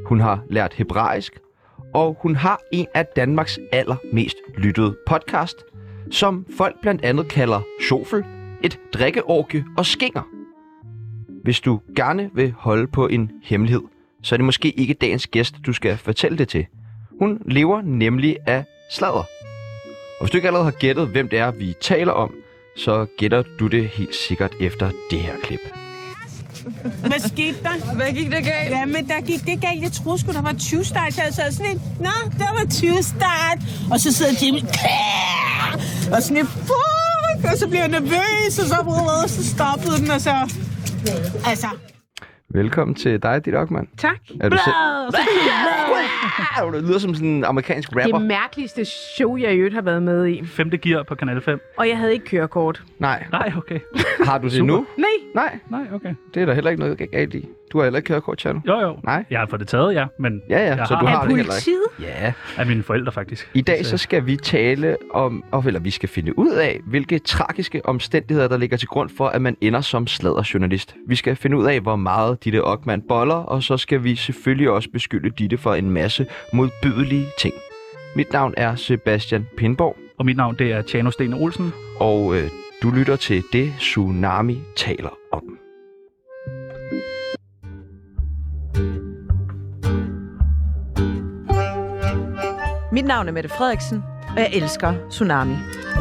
Hun har lært hebraisk, og hun har en af Danmarks allermest lyttede podcast, som folk blandt andet kalder Sjofel, et drikkeorgie og skinger. Hvis du gerne vil holde på en hemmelighed, så er det måske ikke dagens gæst, du skal fortælle det til. Hun lever nemlig af sladder. Og hvis du ikke allerede har gættet, hvem det er, vi taler om, så gætter du det helt sikkert efter det her klip. Hvad skete der? Hvad gik der galt? Jamen, der gik det galt. Jeg troede sgu, der var 20 start. Så jeg sad sådan en, nå, der var 20 start. Og så sidder Jimmy, og sådan en, fuck, og så bliver jeg nervøs, og så stoppede den, og så, altså. Velkommen til dig, Ditte Okman. Tak. Er du selv? Det lyder som sådan en amerikansk rapper. Det mærkeligste show, jeg i øvrigt har været med i. 5. gear på Kanal 5. Og jeg havde ikke kørekort. Nej. Nej, okay. Har du det nu? Nej. Nej. Okay. Det er der heller ikke noget galt i. Du har heller ikke kørekort, Tjerno? Jo. Nej. Jeg har fået det taget, ja. Men Ja, så du har det heller ikke. Ja. Af mine forældre, faktisk. I dag så skal vi tale om, eller vi skal finde ud af, hvilke tragiske omstændigheder, der ligger til grund for, at man ender som sladderjournalist. Vi skal finde ud af, hvor meget Ditte Okman boller, og så skal vi selvfølgelig også beskylde Ditte for en masse modbydelige ting. Mit navn er Sebastian Pindborg. Og mit navn, det er Tjano Stene Olsen. Og du lytter til det, Tsunami taler om. Mit navn er Mette Frederiksen, og jeg elsker Tsunami.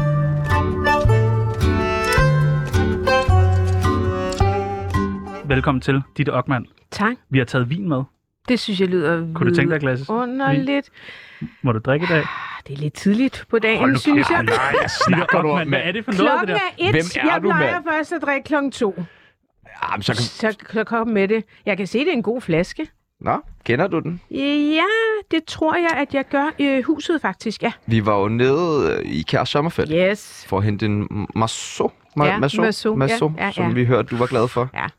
Velkommen til, Ditte Okman. Tak. Vi har taget vin med. Det synes jeg lyder Kunne du tænke dig et glas? underligt. Må du drikke i dag? Det er lidt tidligt på dagen, synes jeg. Nej, jeg snakker du om, hvad er det for noget, det Klokken der? er 1. Hvem er Jeg du, plejer mand? først at drikke klokken 2. Jamen, Så kom med det. Jeg kan se, det er en god flaske. Nå, kender du den? Ja, det tror jeg, at jeg gør i huset faktisk, ja. Vi var jo nede i Kjær Sommerfelt Yes. for at hente en Masso, Ja, Masso. Ja, som vi hørte, du var glad for. Ja.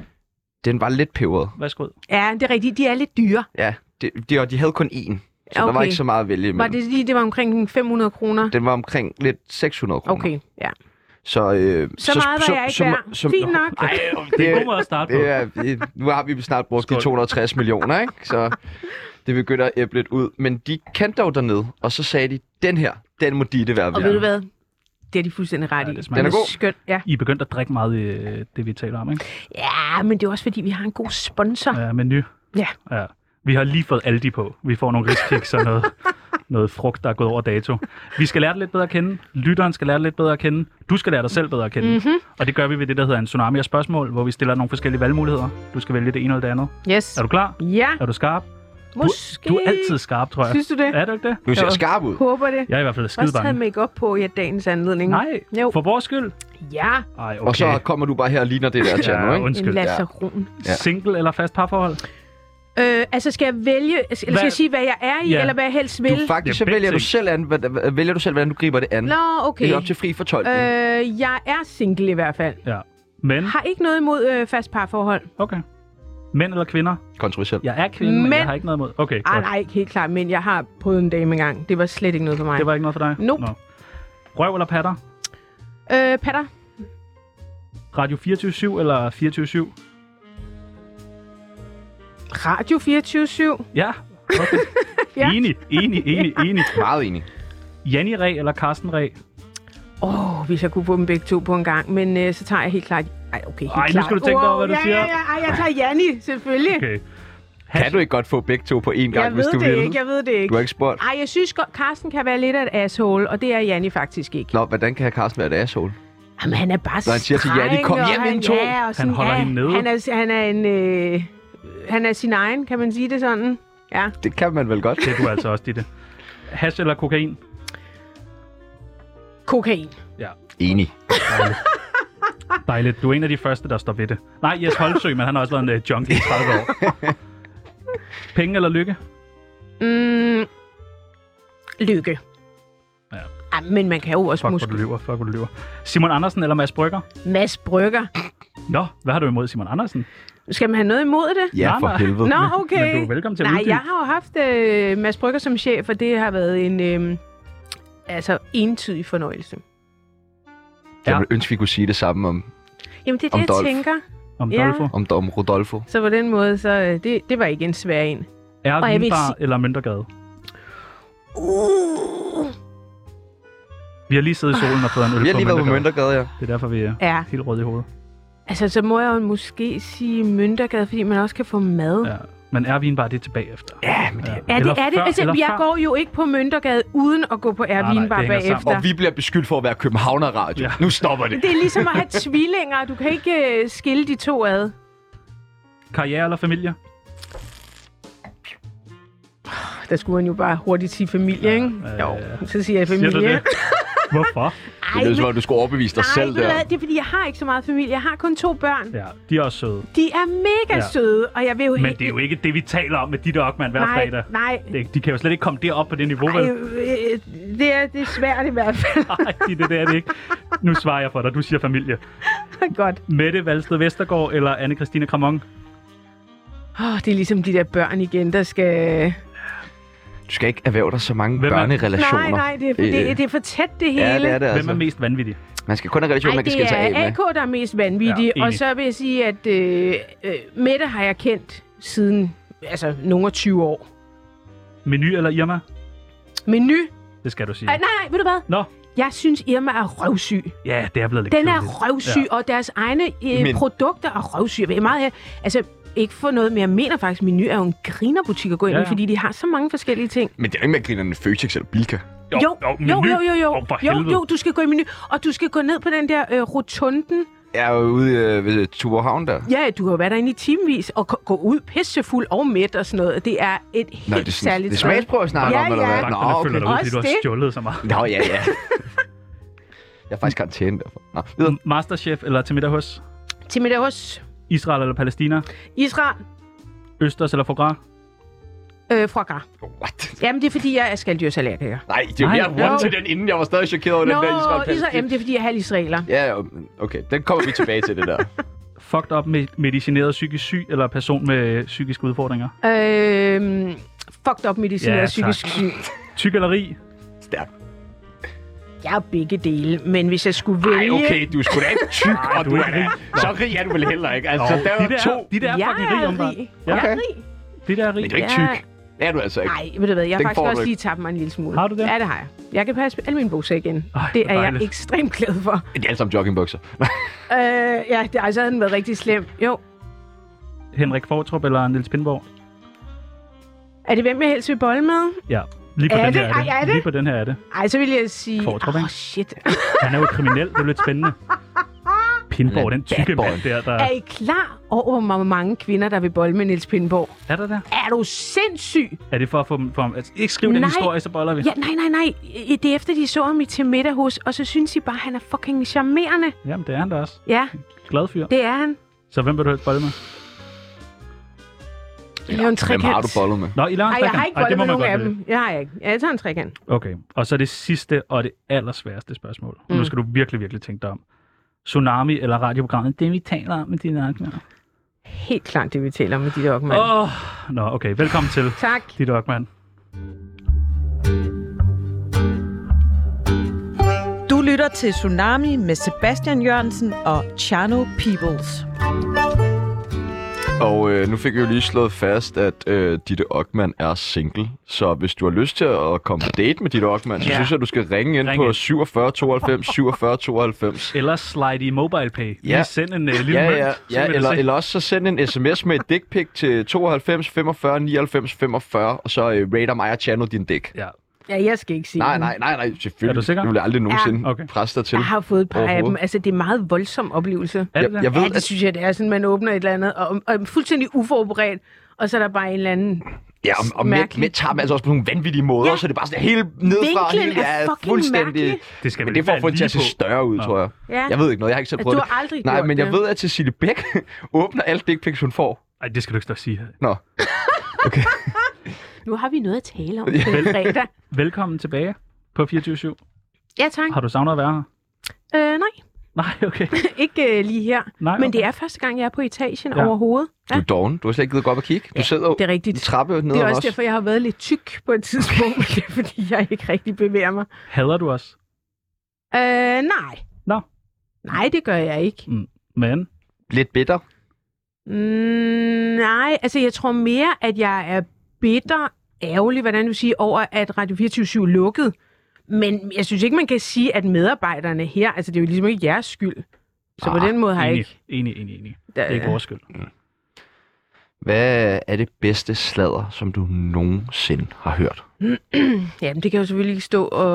Den var lidt peberet. Værsgo. Ja, det er rigtigt. De er lidt dyre. Ja, de havde kun én, så der var Okay. ikke så meget at vælge Var imellem. det lige, det var omkring 500 kroner? Den var omkring lidt 600 kroner. Okay, ja. Så Så meget var jeg ikke værd. Fint nok. Ej, det er en god måde at starte på. Nu har vi snart brugt de Skål. 260 millioner, ikke? Så det begynder at æble lidt ud. Men de kendte dog dernede, og så sagde de, den her, den må Ditte være Og værd. ved du hvad? Det er de fuldstændig ret i. det smager Den er god. Skønt, ja. I er begyndt at drikke meget det, vi taler om, ikke? Ja, men det er også fordi, vi har en god sponsor. Ja, menu. Ja. Ja. Vi har lige fået Aldi på. Vi får nogle riskiks og noget frugt, der er gået over dato. Vi skal lære det lidt bedre at kende. Lytteren skal lære det lidt bedre at kende. Du skal lære dig selv bedre at kende. Mm-hmm. Og det gør vi ved det, der hedder en tsunami af spørgsmål, hvor vi stiller nogle forskellige valgmuligheder. Du skal vælge det ene eller det andet. Yes. Er du klar? Ja, Er du skarp? måske. Du er altid skarp, tror jeg. Synes du det? Er du ikke det? Du ser Jo. skarp ud. Håber det. Jeg er i hvert fald skide Også taget bange. make-up på i dagens anledning. Nej, Jo. for vores skyld. Ja, Ej, okay. Og så kommer du bare her og ligner det der, Tjerno, Ja, ikke? undskyld. en lasseron. Ja. Single eller fast parforhold? Altså, skal jeg vælge, eller skal jeg sige, hvad jeg er i, Ja. eller hvad jeg helst vil? Du faktisk Ja, så vælger du begge selv hvordan du griber det an. Nå, okay. Det er op til fri fortolkning. Jeg er single i hvert fald. Ja. Men? Har ikke noget imod fast parforhold. Okay. Mænd eller kvinder? Kontroversielt. Jeg er kvinde, men Mænd. jeg har ikke noget imod. Okay, godt. Nej, helt klart, men jeg har prøvet en dame engang. Det var slet ikke noget for mig. Det var ikke noget for dig? Nope. Nå. Røv eller patter? Patter. Radio 24/7 eller 24/7? Radio 24/7. Ja. Okay. Ja. Enig. Meget enig. Janni Ræ eller Karsten Ræ? Hvis jeg kunne få dem begge to på en gang, men så tager jeg helt klart... Helt Ej, nu klart. skal du tænke dig over, hvad du siger. Ja, jeg tager Janni, selvfølgelig. Okay. Kan du ikke godt få begge to på én gang, Jeg hvis ved du det vil? ikke, jeg ved det ikke. Du har ikke spurgt. Ej, jeg synes godt, Carsten kan være lidt af et asshole, og det er Janni faktisk ikke. Nå, hvordan kan Carsten være et asshole? Jamen, han er bare Når han siger til Janni, streng, "Kom og hjem, han- mine to." ja, og sådan, Han holder hende nede. Han er sin egen, kan man sige det sådan? Ja. Det kan man vel godt. Det er du altså også, Ditte. Hash eller kokain? Kokain. Ja. Enig. Dejligt. Du er en af de første, der står ved det. Nej, Jes Holtsø, men han har også været en junkie i 30 år. Penge eller lykke? Lykke. Ja. Ej, men man kan jo også Fuck, hvor du lyver. Simon Andersen eller Mads Brygger? Mads Brygger. Nå, hvad har du imod Simon Andersen? Skal man have noget imod det? Ja, for Nej. helvede. Nå, okay. Men du er velkommen til at Nej, uddybe. jeg har jo haft Mads Brygger som chef, og det har været en entydig fornøjelse. Jeg ville ønske, vi kunne sige det samme om Jamen, det er Om det, jeg Dolph. tænker. Om Ja. Dolfo? om Rodolfo. Så på den måde, så det var ikke en svær en. Er jeg vil Vinbar eller Møntergade? Vi har lige siddet i solen og fået en øl Vi har lige været på Møntergade. Møntergade, ja. Det er derfor, vi er helt røde i hovedet. Altså, så må jeg jo måske sige Møntergade, fordi man også kan få mad. Ja. Men er Vinbar det tilbage efter? Ja, men det Er det? Altså, jeg før. går jo ikke på Møntergade uden at gå på Vinbar det hænger sammen. bagefter. Og vi bliver beskyldt for at være Københavner-radio. Ja. Nu stopper det. Det er ligesom at have tvillinger. Du kan ikke skille de to ad. Karriere eller familie? Der skulle man jo bare hurtigt sige familie, ikke? Jo, så siger jeg familie. Siger du det? Hvorfor? Det lyder som om, du skulle overbevise dig selv ved du der. hvad, det er fordi, jeg har ikke så meget familie. Jeg har kun 2 børn. Ja, de er også søde. De er mega søde, og jeg vil jo Men det er jo ikke det, vi taler om med Ditte Okman hver fredag. Nej. De kan jo slet ikke komme derop på det niveau, vel? Det er svært i hvert fald. Nej, det er det ikke. Nu svarer jeg for dig. Du siger familie. Godt. Mette Valsted Vestergaard eller Anne-Christine Kramon? Det er ligesom de der børn igen, der skal... Du skal ikke erhverve dig så mange Hvem er- børnerelationer. Nej, det er for tæt det hele. Ja, det er det Hvem altså. er mest vanvittig? Man skal kun have relationer, man kan skille sig af det med. er AK, der er mest vanvittig. Ja, enig. Og så vil jeg sige, at Mette har jeg kendt siden nogle 20 år. Menu eller Irma? Menu? Det skal du sige. Nej, ved du hvad? Nå. Jeg synes, Irma er røvsyg. Ja, det er blevet lidt Den er kedeligt. røvsyg, og deres egne produkter er røvsyge. Jeg er meget her. Altså, ikke for noget, men jeg mener faktisk, Menu er jo en grinerbutik at gå ind i, fordi de har så mange forskellige ting. Men det er jo ikke med grinerne Føtex eller Bilka. Jo, for helvede. du skal gå i Menu, og du skal gå ned på den der rotunden. Jeg er jo ude ved Tuborghavn der. Ja, du kan jo være derinde i timevis og gå ud pissefuld og mæt og sådan noget. Det er et helt særligt det smagsprøve snakker om, eller hvad? Vagterne følger dig ud, fordi Også du har det. stjålet så meget. Nå, ja. Jeg er faktisk karantæne derfor. Nå, videre. Masterchef eller til middag hos? Til middag hos Israel eller Palæstina? Israel. Østers eller foie gras? Foie gras. What? Jamen, det er fordi, jeg er skaldyrsalatiker. Nej, det er jo Nej, jeg jo. til den inden. Jeg var stadig chokeret over den der Israel. Jamen, det er fordi, jeg er halv israeler. Ja, okay. Den kommer vi tilbage til, det der. Fucked up med medicineret psykisk syg eller person med psykiske udfordringer? Fucked up medicineret Ja, psykisk syg. Tyk eller rig? Stærk. Jeg er begge dele, men hvis jeg skulle vælge... Ej, okay, du er sgu da ikke tyk, og du du er er ikke rig. da... Så rig er du vel heller ikke. Altså, der er jo to... De der er jeg fucking rig, er åbenbart. rig. Ja. Jeg er rig. De der er rig. Men du er ikke tyk. Det er du altså ikke. Nej, ved du hvad, jeg har Den faktisk får du også ikke. lige tabt mig en lille smule. Har du det? Ja, det har jeg. Jeg kan passe alle mine bukser igen. Ej, Det hvor er jeg dejligt. ekstremt glad for. Det er alle sammen joggingbukser. Ja, det altså havde den været rigtig slem. Jo. Henrik Fortrup eller Niels Pindborg? Er det hvem jeg helst vil bolle med? Ja, lige på Er den det? her er Ej, det. er det? Lige på den her er det. Ej, så vil jeg sige... Fortrup, ikke? Shit. Han er jo kriminel, det er lidt spændende. Pindborg, den tykke Bad boy. mand der. Er I klar over, hvor mange kvinder, der vil bolle med Niels Pindborg? Er der der? Er du sindssyg? Er det for at få ham... Altså, ikke skriv den Nej. historie, så boller vi. Ja, nej. Det er efter, de så ham i til middag hos, og så synes de bare, han er fucking charmerende. Jamen, det er han da også. Ja, Glad fyr. det er han. Så hvem vil du helst bolle med? Det er jo en trekant. Hvem har du bollet med? Nå, I laver en Nej, jeg trekant? har ikke Ej, det bollet må med man nogen af godt dem. Jeg har ikke. Jeg tager en trekant. Okay, og så det sidste og det allersværeste spørgsmål. Nu skal du virkelig tænke dig om. Tsunami eller radioprogrammet, det vi taler om med dine akmer. Helt klart, det vi taler om med de der Ockmann. Nå, okay. Velkommen til Tak. Ditte Okman. Du lytter til Tsunami med Sebastian Jørgensen og Chano Peoples. Og nu fik jeg jo lige slået fast, at Ditte Okman er single. Så hvis du har lyst til at komme på date med Ditte Okman, så synes jeg, du skal ringe ind på 47 92 47 92. Eller slide i MobilePay. Ja. Lige send en lille mønt. Ja, eller også så send en sms med et dick pic til 92 45 99 45, og så rater mig og Chano din dick. Ja. Ja, jeg skal ikke sige Nej, den. selvfølgelig. Er du sikker? Det vil jeg aldrig nogensinde Ja. Okay. presse dig til. Jeg har fået et par af dem. Overhovedet. Altså, det er en meget voldsom oplevelse. Er det der? Jeg ved, Ja, det synes jeg, det er sådan, man åbner et eller andet, og er fuldstændig uforberedt, og så er der bare en eller anden... Ja, og med tager man altså også på nogle vanvittige måder, Ja. så er det bare sådan helt nedefra. Vinklen Helt, er fucking mærkelig. Det skal Men vel det er for ikke at få det til at se være lige på. større ud, Nå. tror jeg. Ja. Jeg ved ikke noget, jeg har ikke selv At prøvet du det. har aldrig Nej, gjort men jeg det. ved, at Cecilie Bæk åbner alle dick pics, hun får. Ej, det skal du ikke stå og sige her. Nå. Okay. Nu har vi noget at tale om på fredag. Velkommen tilbage på 24/7. Ja, tak. Har du savnet at være her? Nej, Nej, okay. ikke lige her. Nej, Men okay. det er første gang, jeg er på etagen Ja. overhovedet. Du er doven. Du har slet ikke givet gå op og kigge. Du sidder jo det er rigtigt. en trappe ned Det er om også os. derfor, jeg har været lidt tyk på et tidspunkt. Det er fordi, jeg ikke rigtig bevæger mig. Hader du os? Nej. Nå. Nej, det gør jeg ikke. Men? Lidt bitter. Nej, altså jeg tror mere, at jeg er bitter, ærgerlig, hvordan du siger, over at Radio 24/7 lukkede. Men jeg synes ikke, man kan sige, at medarbejderne her, altså det er jo ligesom ikke jeres skyld. Så på den måde har jeg ikke... Enig. Det er ikke vores skyld. Hvad er det bedste sladder, som du nogensinde har hørt? Jamen, det kan jo selvfølgelig ikke stå og...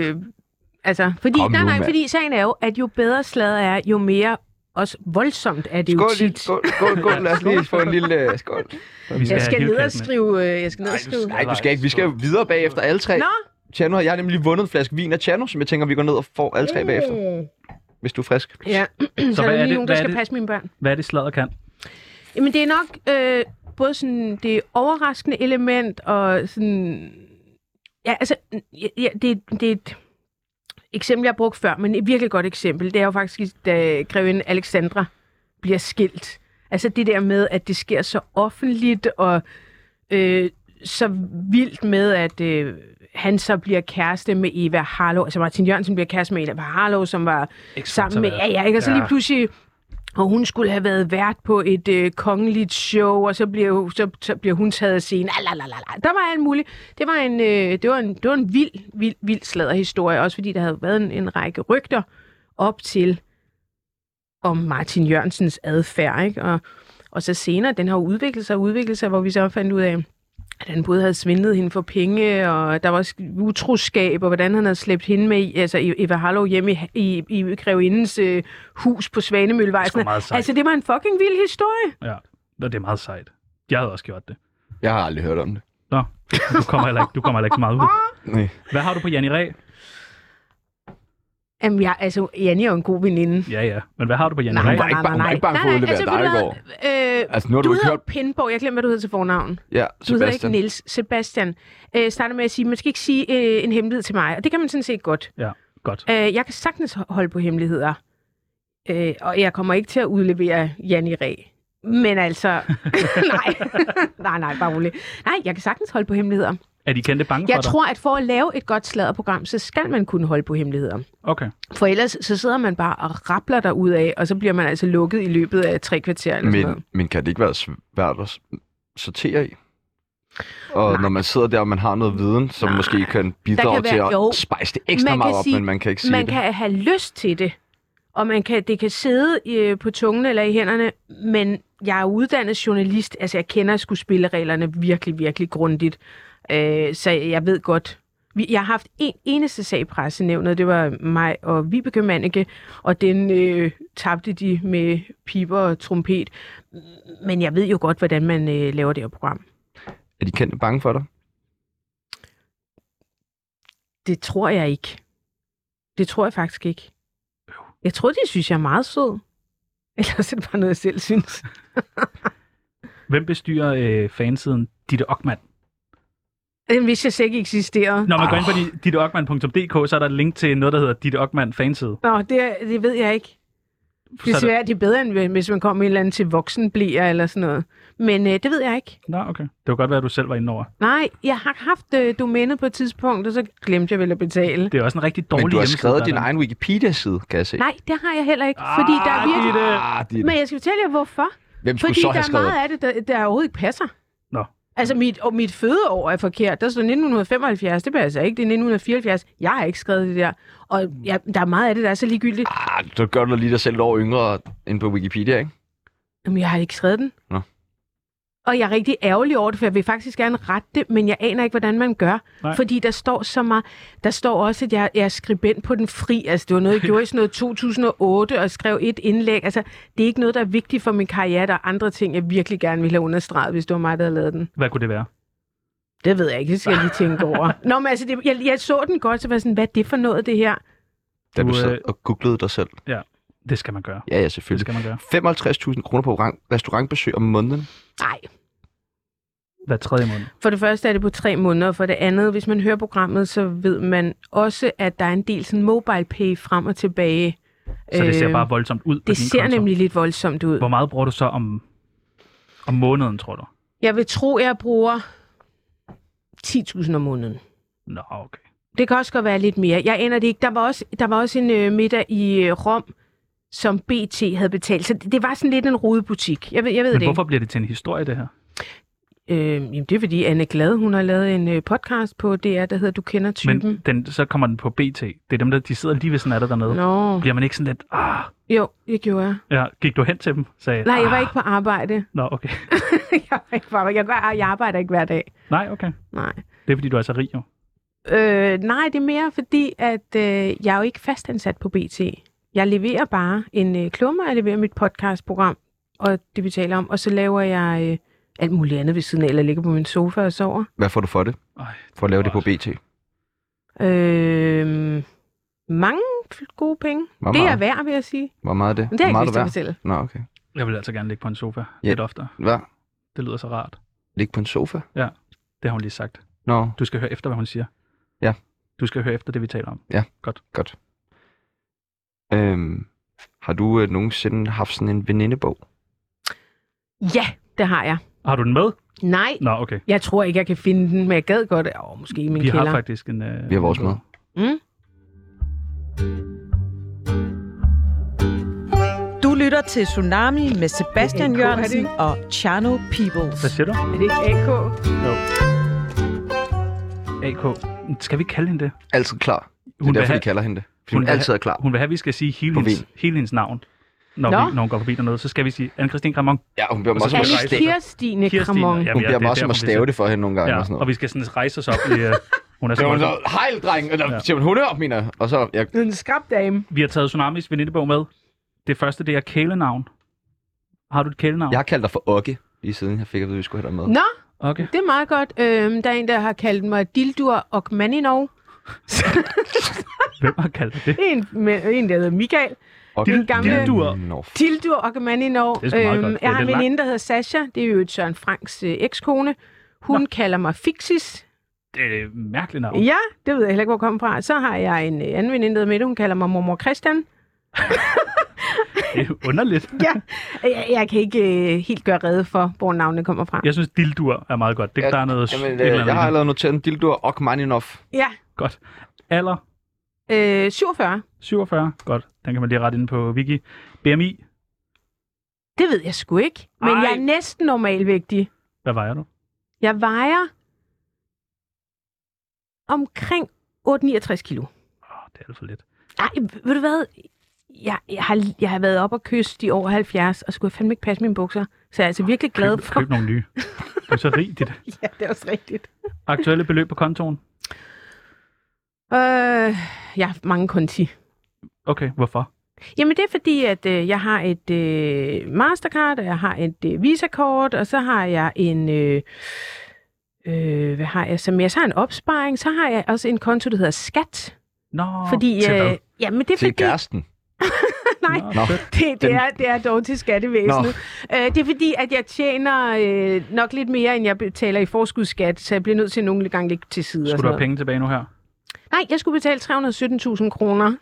fordi sagen er jo, at jo bedre sladder er, jo mere også voldsomt er det jo tit. Skål, lad os lige få en lille skål. Jeg skal ned og skrive... Nej, du skal ikke. Vi skal jo videre bagefter alle tre. Nå! Chano, jeg har nemlig vundet en flaske vin af Chano, som jeg tænker, vi går ned og får alle tre bagefter. Hvis du er frisk. Ja, så er der lige nogen, der skal passe mine børn. Hvad er det, sladder kan? Jamen, det er nok både sådan det overraskende element, og sådan... Ja, altså, det er et eksempel, jeg har brugt før, men et virkelig godt eksempel. Det er jo faktisk, da grevinde Alexandra bliver skilt. Altså det der med, at det sker så offentligt, og så vildt med, at han så bliver kæreste med Eva Harlow. Altså Martin Jørgensen bliver kæreste med Eva Harlow, som var sammen med... Ja, ikke? Og så lige pludselig... Og hun skulle have været vært på et kongeligt show, og så bliver hun taget af scenen. Der var alt muligt. Det var en vild sladderhistorie, også fordi der havde været en række rygter op til om Martin Jørgensens adfærd, ikke? Og så senere, den har udviklet sig, hvor vi så fandt ud af, at han både havde svindlet hende for penge, og der var utroskab, og hvordan han havde slæbt hende med, altså Eva Harlow hjemme i grevindens hus på Svanemøllevej. Altså, det var en fucking vild historie. Ja, det er meget sejt. Jeg havde også gjort det. Jeg har aldrig hørt om det. Nå, du kommer heller ikke så meget ud. Nej. Hvad har du på Janni Ræ? Jamen, Janni er jo en god veninde. Ja. Men hvad har du på Janni Ræ? Hun var ikke bange for at udlevere dig i går. Altså, nu har du ikke hørt... Pindborg. Jeg glemmer, hvad du hedder til fornavn. Ja, Sebastian. Du hedder ikke Niels. Sebastian. Starter med at sige, man skal ikke sige en hemmelighed til mig. Og det kan man sådan set godt. Ja, godt. Jeg kan sagtens holde på hemmeligheder. Og jeg kommer ikke til at udlevere Janni Ræ. Men altså... nej, bare roligt. Nej, jeg kan sagtens holde på hemmeligheder. Er de kendte bange for dig? Jeg tror, at for at lave et godt sladderprogram, så skal man kunne holde på hemmeligheder. Okay. For ellers så sidder man bare og rappler der ud af, og så bliver man altså lukket i løbet af 3 kvarter. Eller sådan noget. Men kan det ikke være svært at sortere i? Og når man sidder der, og man har noget viden, som måske kan bidrage til at spice det ekstra meget op, men man kan ikke sige det. Man kan have lyst til det, og det kan sidde på tungen eller i hænderne, men jeg er uddannet journalist, altså jeg kender skuespillereglerne virkelig, virkelig grundigt. Så jeg ved godt. Jeg har haft en eneste sag i Pressenævnet, det var mig og Vibeke Mannicke, og den tabte de med piber og trompet. Men jeg ved jo godt, hvordan man laver det her program. Er de kendte bange for dig? Det tror jeg ikke. Det tror jeg faktisk ikke. Jeg tror, de synes, jeg er meget sød. Ellers er det bare noget, jeg selv synes. Hvem bestyrer fansiden Ditte Okman? Hvis jeg ikke eksisterer. Når man går ind på ditteokman.dk, så er der et link til noget, der hedder Ditte Okman fanside. Nå, det ved jeg ikke. Det er svært, det er bedre, end hvis man kommer et eller andet til voksenblæer eller sådan noget. Men det ved jeg ikke. Nå, okay. Det var godt være, at du selv var inde over. Nej, jeg har haft domænet på et tidspunkt, og så glemte jeg vel at betale. Det er også en rigtig dårlig hjemmeside. Men du har skrevet din egen Wikipedia-side, kan jeg se. Nej, det har jeg heller ikke. Fordi der er virkelig... Men jeg skal fortælle jer, hvorfor. Hvem skulle så have skrevet? Fordi der er meget af det, der overhovedet ikke passer. Nå. Altså, mit fødeår er forkert. Der står 1975, det passer ikke. Det er 1974. Jeg har ikke skrevet det der. Og der er meget af det, der er så ligegyldigt. Så gør du lige dig selv et år yngre end på Wikipedia, ikke? Jamen, jeg har ikke skrevet den. Nå. Og jeg er rigtig ærgerlig over det, for jeg vil faktisk gerne rette det, men jeg aner ikke, hvordan man gør. Nej. Fordi der står så meget... Der står også, at jeg er skribent på Den Fri. Altså, det var noget, jeg gjorde i sådan noget 2008, og skrev et indlæg. Altså, det er ikke noget, der er vigtigt for min karriere. Der er andre ting, jeg virkelig gerne ville have understreget, hvis det var mig, der havde lavet den. Hvad kunne det være? Det ved jeg ikke, det skal jeg lige tænke over. Nå, men altså, jeg så den godt, så var sådan, hvad er det for noget, det her? Da du sad og googlede dig selv. Ja, det skal man gøre. Ja, selvfølgelig. Det skal man gøre. 55.000 kroner på restaurantbesøg om måneden. Nej. Hver 3. måned? For det første er det på 3 måneder, og for det andet, hvis man hører programmet, så ved man også, at der er en del sådan mobile pay frem og tilbage. Så det ser bare voldsomt ud på det din ser konto. Nemlig lidt voldsomt ud. Hvor meget bruger du så om måneden, tror du? Jeg vil tro, jeg bruger 10.000 om måneden. Nå, okay. Det kan også godt være lidt mere. Jeg aner det ikke. Der var også en middag i Rom, som BT havde betalt. Så det var sådan lidt en rodebutik. Jeg ved Men det hvorfor ikke. bliver det til en historie, det her? Jamen, det er fordi Anne Glad, hun har lavet en podcast på DR, der hedder Du kender typen. Men så kommer den på BT. Det er dem, de sidder lige ved sådan af det dernede. Nå. Bliver man ikke sådan lidt... Jo, det gjorde jeg. Ja, gik du hen til dem? Sagde, Nej, jeg var ikke på arbejde. Nå, okay. Jeg var ikke på arbejde. Jeg arbejder ikke hver dag. Nej, okay. Nej. Det er fordi, du er så rig, jo. Nej, det er mere fordi, at jeg er jo ikke fastansat på BT. Jeg leverer bare en klumme, jeg leverer mit podcastprogram, og det vi taler om, og så laver jeg alt muligt andet ved siden af, eller ligger på min sofa og sover. Hvad får du for det? For at lave det på BT? Mange gode penge. Hvor det meget? er værd, vil jeg sige. Hvor meget er det? Men det har Hvor jeg meget ikke er lyst til det at værd? fortælle. Nå, okay. Jeg vil altså gerne ligge på en sofa Ja. lidt oftere. Hvad? Det lyder så rart. Ligge på en sofa? Ja, det har hun lige sagt. Nå. Du skal høre efter, hvad hun siger. Ja. Du skal høre efter det, vi taler om. Ja. Godt. Har du nogensinde haft sådan en venindebog? Ja, det har jeg. Har du den med? Nej, Nå, okay. jeg tror ikke, jeg kan finde den, men jeg gad godt. Måske i min Vi kælder. har faktisk en... Vi har vores med. Du lytter til Tsunami med Sebastian AK, er det Jørgensen ikke? og Chano Peoples. Hvad siger du? Er det ikke AK? Jo. AK. Skal vi kalde hende det? Altid klar. Det er Hun vil derfor, have- de kalder hende det. Fordi hun hun vil altid er klar. Hun vil have, at vi skal sige hele På hendes navn, når hun går forbi dernede. Så skal vi sige Anne-Christine Gramont. Ja, hun bliver Og så også skal vi om at rejse stave. Kirstine Kramon. Ja, Hun bliver det er også om derfor, at stave det for hende nogle gange. Ja, Og sådan og noget. vi skal sådan rejse os op. Hun er Så hun så så, hej dreng, eller siger hun op, mener jeg. Og så, jeg, En skrabdame. Vi har taget Tsunamis venindebog med. Det første, det er kælenavn. Har du et kælenavn? jeg har kaldt dig for Ogge, lige siden jeg fik at vide, at vi skulle have dig med. Nå, Okay. det er meget godt. Der er en, der har kaldt mig Dildur og Maninov. Hvem har kaldt dig det? En, der hedder Michael. Ogge. Den gamle- Dildur. Nå, Dildur og Maninov. Det er sgu meget godt. Det er Jeg har en lidt veninde, der hedder Sasha. Det er jo et Søren Franks ekskone. Hun kalder mig Fixis. Det er et mærkeligt navn. Ja, det ved jeg heller ikke, hvor jeg kommer fra. Så har jeg en anden veninde, der hedder Mette. Hun kalder mig Mormor Christian. Det er underligt. Ja, jeg kan ikke helt gøre rede for, hvor navnet kommer fra. Jeg synes, Dildur er meget godt. Det, der er noget... Jamen, et eller andet jeg har i det. allerede noteret en Dildur og Maninov. Ja, Godt. Alder? 47. 47. Godt. Den kan man lige rette inde på Wiki. BMI? Det ved jeg sgu ikke. Men Ej. jeg er næsten normalvægtig. Hvad vejer du? Jeg vejer omkring 8-69 kilo. Det er alt for lidt. Nej, ved du hvad? Jeg har været op og kysse de over 70, og skulle fandme ikke passe mine bukser. Så jeg er altså virkelig glad for... Køb nogle nye. Du er så rig, dit. Ja, det er også rigtigt. Aktuelle beløb på kontoen? Jeg har mange konti. Okay, hvorfor? Jamen, det er fordi, at jeg har et Mastercard, og jeg har et Visa-kort, og så har jeg en... hvad har jeg så mere? Så har jeg en opsparing, så har jeg også en konto, der hedder Skat. Nå, Fordi, til hvad? jamen, det er Til fordi... kæresten. Nej, Nå, det er dog til skattevæsenet. Det er fordi, at jeg tjener nok lidt mere, end jeg betaler i forskudsskat, så jeg bliver nødt til nogle gange lidt til side. Skulle du have penge tilbage nu her? Nej, jeg skulle betale 317.000 kroner.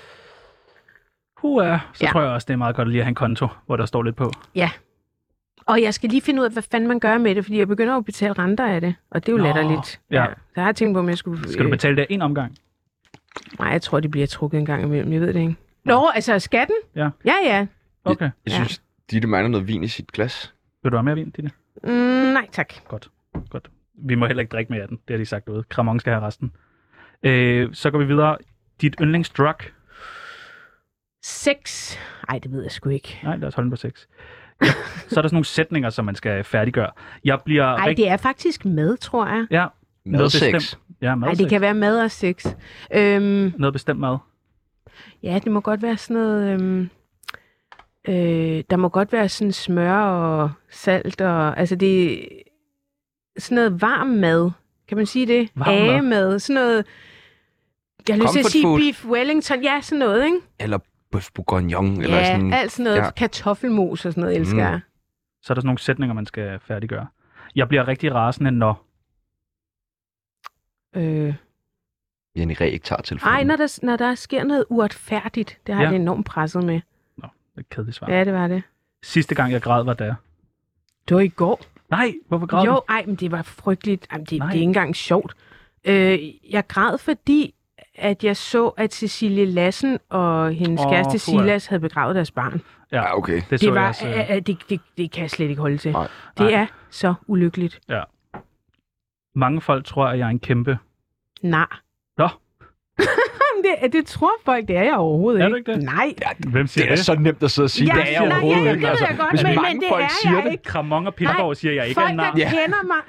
Så tror jeg også, det er meget godt lige at have en konto, hvor der står lidt på. Ja. Og jeg skal lige finde ud af, hvad fanden man gør med det, fordi jeg begynder at betale renter af det, og det er jo latterligt. Ja. Så jeg har tænkt på, om jeg skulle... Skal du betale det en omgang? Nej, jeg tror, det bliver trukket en gang imellem. Jeg ved det ikke. Nå, altså skatten? Ja. Ja. Okay. Jeg synes, Ditte mangler noget vin i sit glas. Vil du have mere vin, Ditte? Nej, tak. Godt. Vi må heller ikke drikke mere af den. Det har de sagt derude. Kramon skal have resten. Så går vi videre. Dit yndlingsdrug? 6. Ej, det ved jeg sgu ikke. Nej, lad os holde den på 6. Ja. Så er der sådan nogle sætninger, som man skal færdiggøre. Jeg bliver Ej, det er faktisk mad, tror jeg. Ja. Med sex. Bestemt. Ja, mad. Nej, det kan være mad og sex. Noget bestemt mad. Ja, det må godt være sådan noget... der må godt være sådan smør og salt og... Altså, det er sådan noget varm mad. Kan man sige det? Varm mad? Agemad. Sådan noget... Jeg har lyst til at Comfort sige food. beef wellington. Ja, sådan noget, ikke? Eller bøf bourguignon. Eller Ja, sådan. alt sådan noget. Ja. Kartoffelmos og sådan noget, elsker jeg. Så er der sådan nogle sætninger, man skal færdiggøre. Jeg bliver rigtig rasende, når... Jenny Ræ ikke tager telefonen. Ej, når der sker noget uretfærdigt. Det har jeg det enormt presset med. Nå, det er et kedeligt svar. Ja, det var det. Sidste gang, jeg græd, var der. Det var i går. Nej, hvorfor græd du? Jo, ej, men det var frygteligt. Ej, det er Nej. ikke engang sjovt. Jeg græd, fordi at jeg så, at Cecilie Lassen og hendes kæreste Silas havde begravet deres barn. Ja, okay. Det så Det jeg var, også. det kan jeg slet ikke holde til. Nej. Det Nej. er så ulykkeligt. Ja. Mange folk tror, at jeg er en kæmpe. Nej. Nå. Det tror folk, det er jeg overhovedet ikke. Er du ikke det? Nej. Hvem siger Det er det? så nemt at sidde og sige, det er jeg overhovedet ikke. Det ved jeg godt, hvis men mange det folk er siger jeg det. ikke. Kramon og Pindborg siger, jeg ikke er en nar. Folk, der kender mig.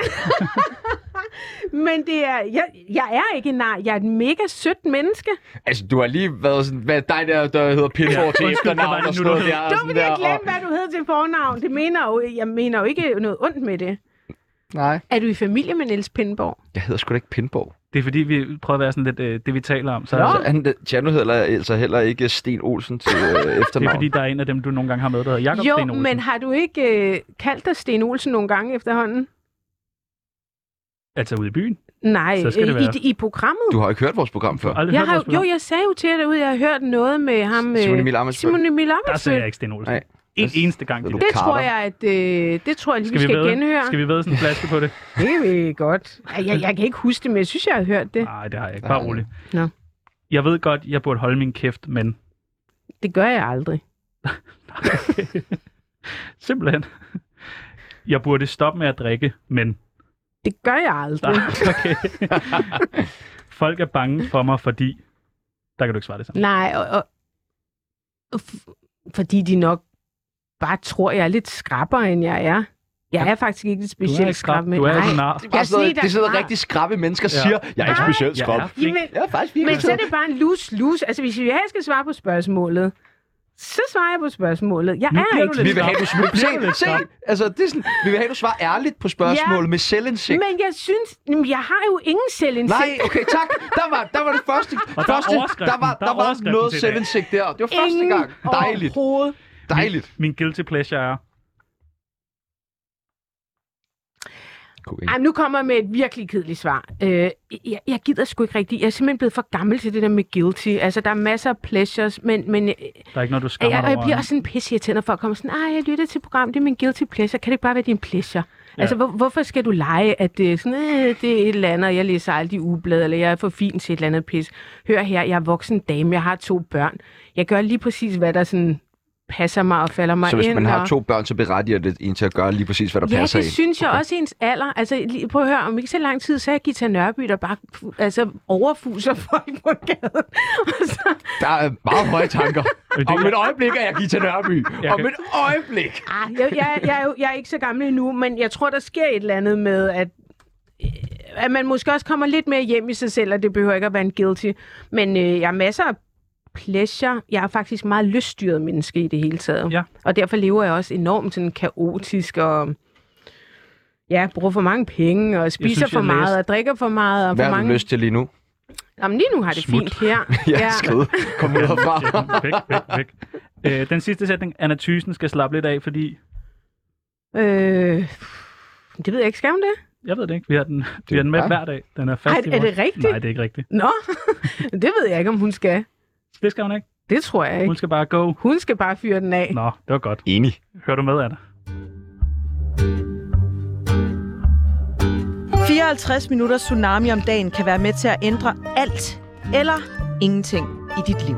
Men det er, jeg er ikke en nar. Jeg er et mega sødt menneske. Altså, du har lige været sådan, hvad dig der hedder Pindborg til efternavn og sådan noget der. Du vil ikke glemme, hvad du hedder til fornavn. Jeg mener jo ikke noget ondt med det. Nej. Er du i familie med Niels Pindborg? Jeg hedder sgu da ikke Pindborg. Det er fordi, vi prøver at være sådan lidt det, vi taler om. Tjerno hedder altså heller ikke Sten Olsen til efternavn. Det er fordi, der er en af dem, du nogle gange har med, der hedder Jakob Sten Olsen. Men har du ikke kaldt dig Sten Olsen nogle gange efterhånden? Altså ude i byen? Nej, i programmet. Du har ikke hørt vores program før. Jeg sagde jo til dig derude, jeg har hørt noget med ham. Simon Emil Ammitzbøll. Der sagde jeg ikke Sten Olsen. Nej. En eneste gang. Det tror jeg, at vi skal genhøre. Skal vi væde sådan en flaske på det? Det vil vi godt. Jeg kan ikke huske det, men jeg synes, jeg har hørt det. Nej, det har jeg ikke. Bare roligt. Nå. Jeg ved godt, jeg burde holde min kæft, men... Det gør jeg aldrig. Simpelthen. Jeg burde stoppe med at drikke, men... Det gør jeg aldrig. Okay. Folk er bange for mig, fordi... Der kan du ikke svare det sammen. Nej, fordi de nok bare tror, jeg er lidt skrappere, end jeg er. Jeg er faktisk ikke et specielt skrab. Du er ikke nar. Det sidder rigtig skrappe mennesker og siger, jeg er ikke specielt skrab. Men så er det bare en lus. Altså, hvis jeg skal svare på spørgsmålet, så svarer jeg på spørgsmålet. Jeg er ikke. Vi vil have, vi vil have, du svarer ærligt på spørgsmålet med selvindsigt. Men jeg synes, jeg har jo ingen selvindsigt. Nej, okay, tak. Der var det første. Der var noget selvindsigt der. Det var første gang. Dejligt. Dejligt. Min guilty pleasure er... Ej, nu kommer jeg med et virkelig kedeligt svar. Jeg gider sgu ikke rigtigt. Jeg er simpelthen blevet for gammel til det der med guilty. Altså, der er masser af pleasures, men der er ikke noget, du skammer over. Jeg bliver også sådan pissirriterende, når folk kommer sådan, jeg lytter til program, det er min guilty pleasure. Kan det ikke bare være din pleasure? Ja. Altså, hvorfor skal du lege, at det er sådan, det er et eller andet, og jeg læser aldrig ublad, eller jeg er for fin til et eller andet pis. Hør her, jeg er voksen dame, jeg har 2 børn. Jeg gør lige præcis, hvad der sådan passer mig og falder mig ind. Så hvis man har 2 børn, så berettiger det en til at gøre lige præcis, hvad der passer ind? Ja, det synes jeg også ens alder. Altså, prøv at høre, om ikke så lang tid, så er Gita Nørby, der bare overfuser folk på gaden. Der er meget høje tanker. Om et øjeblik er jeg Gita Nørby. Om et øjeblik. Jeg er ikke så gammel endnu, men jeg tror, der sker et eller andet med, at man måske også kommer lidt mere hjem i sig selv, og det behøver ikke at være en guilty. Men jeg har masser af pleasure. Jeg er faktisk meget lyststyret menneske i det hele taget. Ja. Og derfor lever jeg også enormt sådan kaotisk og bruger for mange penge og spiser for meget og drikker for meget. Og hvad har du lyst til lige nu? Jamen lige nu har det fint her. Skrid. Kom ud herfra. Væk. Den sidste sætning. Anna Thyssen skal slappe lidt af, fordi... Det ved jeg ikke. Skal hun det? Jeg ved det ikke. Vi har den med hver dag. Den er fast i er det rigtigt? Nej, det er ikke rigtigt. Nå, det ved jeg ikke, om hun skal. Det skal hun ikke. Det tror jeg ikke. Hun skal bare gå. Hun skal bare fyre den af. Nå, det var godt. Enig. Hører du med, Anna? 54 minutter tsunami om dagen kan være med til at ændre alt eller ingenting i dit liv.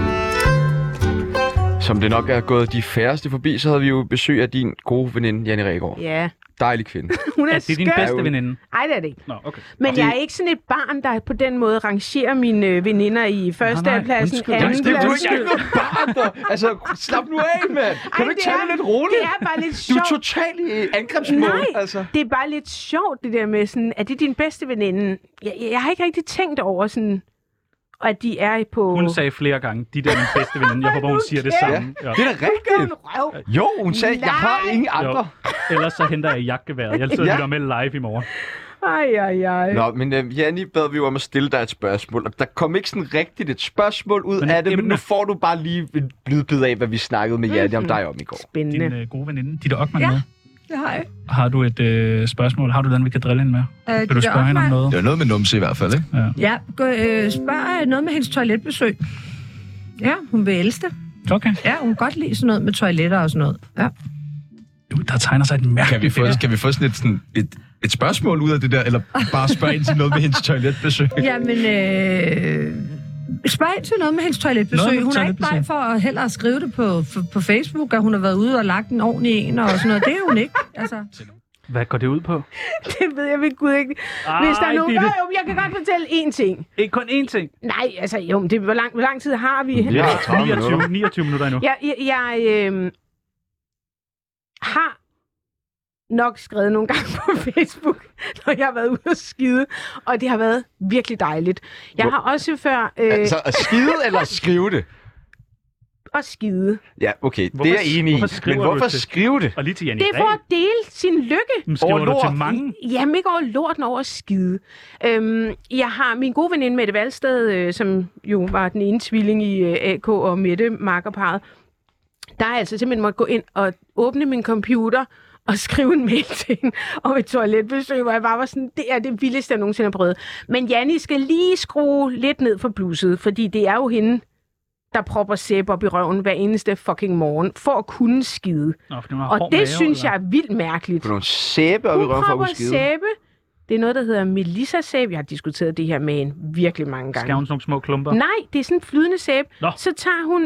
Som det nok er gået de færreste forbi, så havde vi jo besøg af din gode veninde, Janne Regaard. Ja. Dejlig kvinde. Hun er det din bedste veninde? Nej, det er det ikke. Nå, okay. Men jeg er ikke sådan et barn, der på den måde rangerer mine veninder i førstepladsen, andenpladsen. Du er ikke noget barn, der. Altså, slap nu af, mand. Kan du ikke tage det lidt roligt? Det er bare lidt sjovt. Du er totalt i angrebsmål. Nej, altså. Det er bare lidt sjovt, det der med sådan, er det din bedste veninde? Jeg har ikke rigtig tænkt over sådan... Og at de er på... Hun sagde flere gange, de der er min bedste veninde. Jeg håber, hun siger det samme. Ja. Det er da rigtigt. Jo, hun sagde, jeg har ingen andre. Jo. Ellers så henter jeg jagtgeværet. Jeg sidder lytter med live i morgen. Ej. Nå, men Janni bad vi jo om at stille dig et spørgsmål, og der kom ikke sådan rigtigt et spørgsmål ud af det, men nu får du bare lige en blidbid af, hvad vi snakkede med Janni om dig om i går. Spændende. Din gode veninde, Ditte Okman med. Det har jeg. Har du et spørgsmål? Har du den, vi kan drille hende med? Vil du spørge hende om noget? Det er noget med numse i hvert fald, ikke? Ja, spørg noget med hendes toiletbesøg. Ja, hun vil elske det. Okay. Ja, hun kan godt lide sådan noget med toiletter og sådan noget. Ja. Der tegner sig et mærkeligt Kan vi få sådan et spørgsmål ud af det der, eller bare spørge ind til noget med hendes toiletbesøg? Jamen, spørg ind til noget med hendes toiletbesøg. Hun er ikke bleg for at heller at skrive det på Facebook, at hun har været ude og lagt en ordentlig en og sådan noget. Det er hun ikke. Altså. Hvad går det ud på? Det ved jeg ved Gud ikke. Hvis der er nogen... Jo, jeg kan godt fortælle én ting. Ikke kun én ting? Nej, altså jo, men hvor lang tid har vi? Ja, 29 minutter endnu. Jeg har nok skrevet nogle gange på Facebook, når jeg har været ude at skide, og det har været virkelig dejligt. Jeg har også før... Altså at skide eller skrive det? At skide. Ja, okay, det er jeg enig i. Men hvorfor skrive det? Og lige til Janni Det er for at dele sin lykke. skriver du til mange? Jamen ikke over lorten, over skide. Jeg har min gode veninde Mette Valsted, som jo var den ene tvilling i AK og Mette makkerparret. Der er altså simpelthen måtte gå ind og åbne min computer og skrive en mail til hende om et toiletbesøg, hvor jeg bare var sådan, det er det vildeste, jeg nogensinde har prøvet. Men Janni skal lige skrue lidt ned for blusset, fordi det er jo hende, der propper sæbe op i røven hver eneste fucking morgen, for at kunne skide. Og det synes jeg er vildt mærkeligt. For nogle sæbe op i røven for at kunne skide? Sæbe. Det er noget, der hedder Melissa-sæbe. Jeg har diskuteret det her med hende virkelig mange gange. Skal hun sådan nogle små klumper? Nej, det er sådan en flydende sæbe. Så tager hun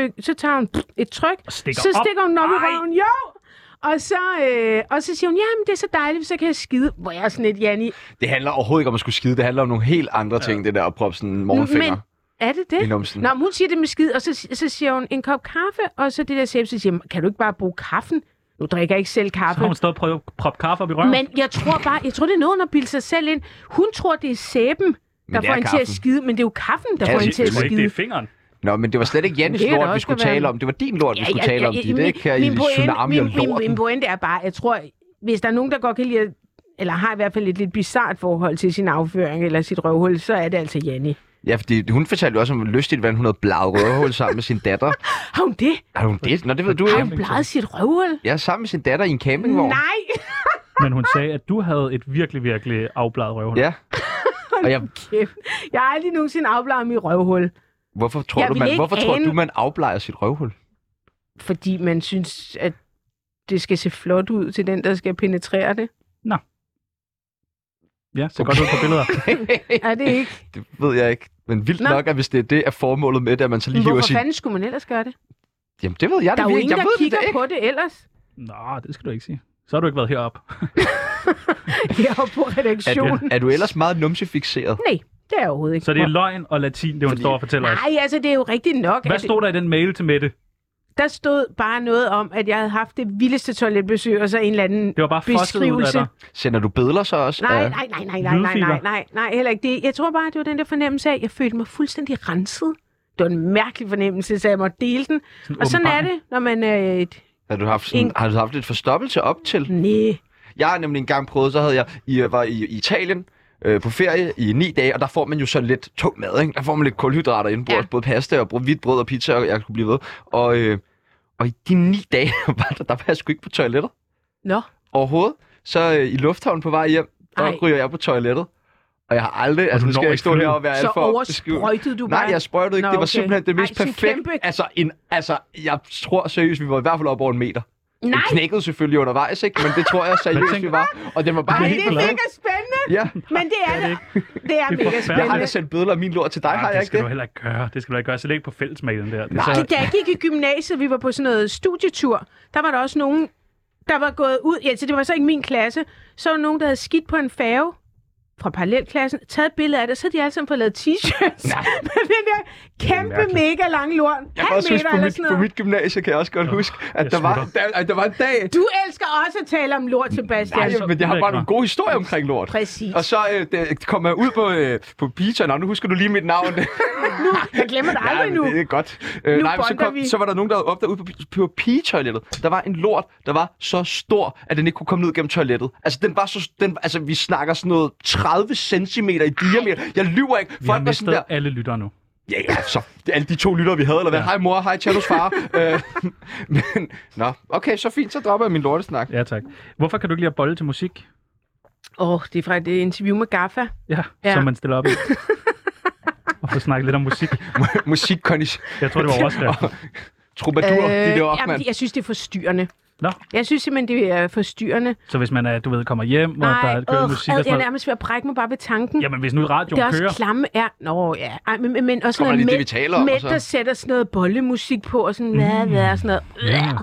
et tryk, så stikker hun op i røven. Jo! Og så siger hun, jamen det er så dejligt, så kan jeg skide. Hvor jeg er sådan et, Janni. Det handler overhovedet ikke om at skulle skide. Det handler om nogle helt andre ting, det der at proppe sådan en morgenfinger. Men er det det? Nå, hun siger det med skid, og så siger hun en kop kaffe, og så det der sæbe, så siger hun, kan du ikke bare bruge kaffen? Nu drikker jeg ikke selv kaffe. Så har hun stået og prøvet at proppe kaffe op i røven? Men jeg tror det er nogen, der bilder sig selv ind. Hun tror, det er sæben, der får hende til at skide, men det er jo kaffen, der får hende til at skide. Det er fingeren. Nå, men det var slet ikke Jannis lort, vi skulle tale om. Det var din lort, vi skulle tale om. Det er ikke her i Tsunami og lorten. Min pointe er bare, jeg tror, hvis der er nogen, der godt kan lide, eller har i hvert fald et lidt bizart forhold til sin afføring eller sit røvhul, så er det altså Janni. Ja, fordi hun fortalte jo også om lystigt, hvordan hun havde bladet røvhul sammen med sin datter. Har hun det? Har hun det? Nå, det ved du ikke. Har hun bladet sit røvhul? Ja, sammen med sin datter i en campingvogn. Nej! Men hun sagde, at du havde et virkelig, virkelig afbladet røvhul. Ja. Og jeg har aldrig nogensinde afbladet mit røvhul. Hvorfor tror du, man afblejer sit røvhul? Fordi man synes, at det skal se flot ud til den, der skal penetrere det. Nå. Ja, så godt ud på billeder. Er det ikke? Det ved jeg ikke. Men vildt nok, at hvis det er formålet med det, at man så lige hiver Hvorfor fanden skulle man ellers gøre det? Jamen, det ved jeg. Der er jo ingen, der kigger på det ellers. Nå, det skal du ikke sige. Så har du ikke været heroppe. Heroppe på redaktionen. Er du ellers meget numsefixeret? Nej, det er jeg overhovedet ikke. Så det er løgn og latin, det hun står og fortæller os? Nej, altså det er jo rigtigt nok. Hvad stod der i den mail til Mette? Der stod bare noget om, at jeg havde haft det vildeste toiletbesøg, og så en eller anden det var bare beskrivelse. Ud Sender du billeder så også? Nej, heller ikke det. Jeg tror bare, det var den der fornemmelse af, at jeg følte mig fuldstændig renset. Det var en mærkelig fornemmelse, så jeg måtte dele den. Og sådan er det, når man er et... Har du haft et forstoppelse op til? Nej. Jeg har nemlig engang prøvet, så havde jeg var i Italien på ferie i 9 dage, og der får man jo sådan lidt tung mad, ikke? Der får man lidt kulhydrater indenbords, både pasta og hvidt brød og pizza, og jeg kunne blive ved. Og i de 9 dage der var jeg sgu ikke på toilettet. Nå. Overhovedet. Så i lufthavnen på vej hjem, der ryger jeg på toilettet. Og jeg har aldrig, altså nu skal jeg ikke stå her og være alt for... Så oversprøjtede du bare? Nej, jeg sprøjtede ikke. Det var simpelthen det mest perfekte. Jeg tror seriøst, vi var i hvert fald op over 1 meter. Nej. Den knækkede selvfølgelig undervejs, ikke? Men det tror jeg seriøst, vi var. Og den var bare helt... Det er mega spændende. Ja. Men det er det. Det er mega spændende. Jeg har da sendt bødler af min lort til dig, har jeg ikke det? Det skal du heller ikke gøre. Det skal du ikke gøre. Så læg på fællesmailen der. Nej, da jeg gik i gymnasiet, vi var på sådan noget studietur, der var der også nogen, der var gået ud... Ja, så det var så ikke min klasse. Så var der nogen, der havde skidt på en færge fra parallelklassen, taget et billede af det, så havde de alle sammen fået lavet t-shirts med den der kæmpe, mega lange lort. Jeg kan også huske på mit gymnasie, kan jeg også godt huske, at der var en dag... Du elsker også at tale om lort, Sebastian. Nej, men jeg har bare nogle gode historier omkring lort. Præcis. Og så kom jeg ud på Peter. Nu husker du lige mit navn. Jeg glemmer det aldrig nu. Det er godt. Så var der nogen, der havde opdaget ude på pigetoilettet. Der var en lort, der var så stor, at den ikke kunne komme ned gennem toilettet. Altså, den var så... vi snakker sådan noget 30 centimeter i diameter. Jeg lyver ikke. Vi har mistet alle lyttere nu. Ja, så alle de 2 lyttere, vi havde, eller hvad? Hej mor, hej Chanos far. Okay, så fint, så dropper jeg min lortesnak. Ja, tak. Hvorfor kan du ikke lide at bolle til musik? Det er fra et interview med Gaffa. Ja, som man stiller op i. Og få snakket lidt om musik. Musikkondis. Jeg tror, det var overskrift. Troubadour, jeg synes, det er forstyrrende. Nå. Jeg synes simpelthen, det er forstyrrende. Så hvis man kommer hjem, og der kører musik og sådan noget... Jeg er nærmest ved at brække mig bare ved tanken. Jamen, hvis nu radioen kører... Det er også klamme er... Nå, ja. Men også noget med, der sætter sådan noget bollemusik på, og sådan noget.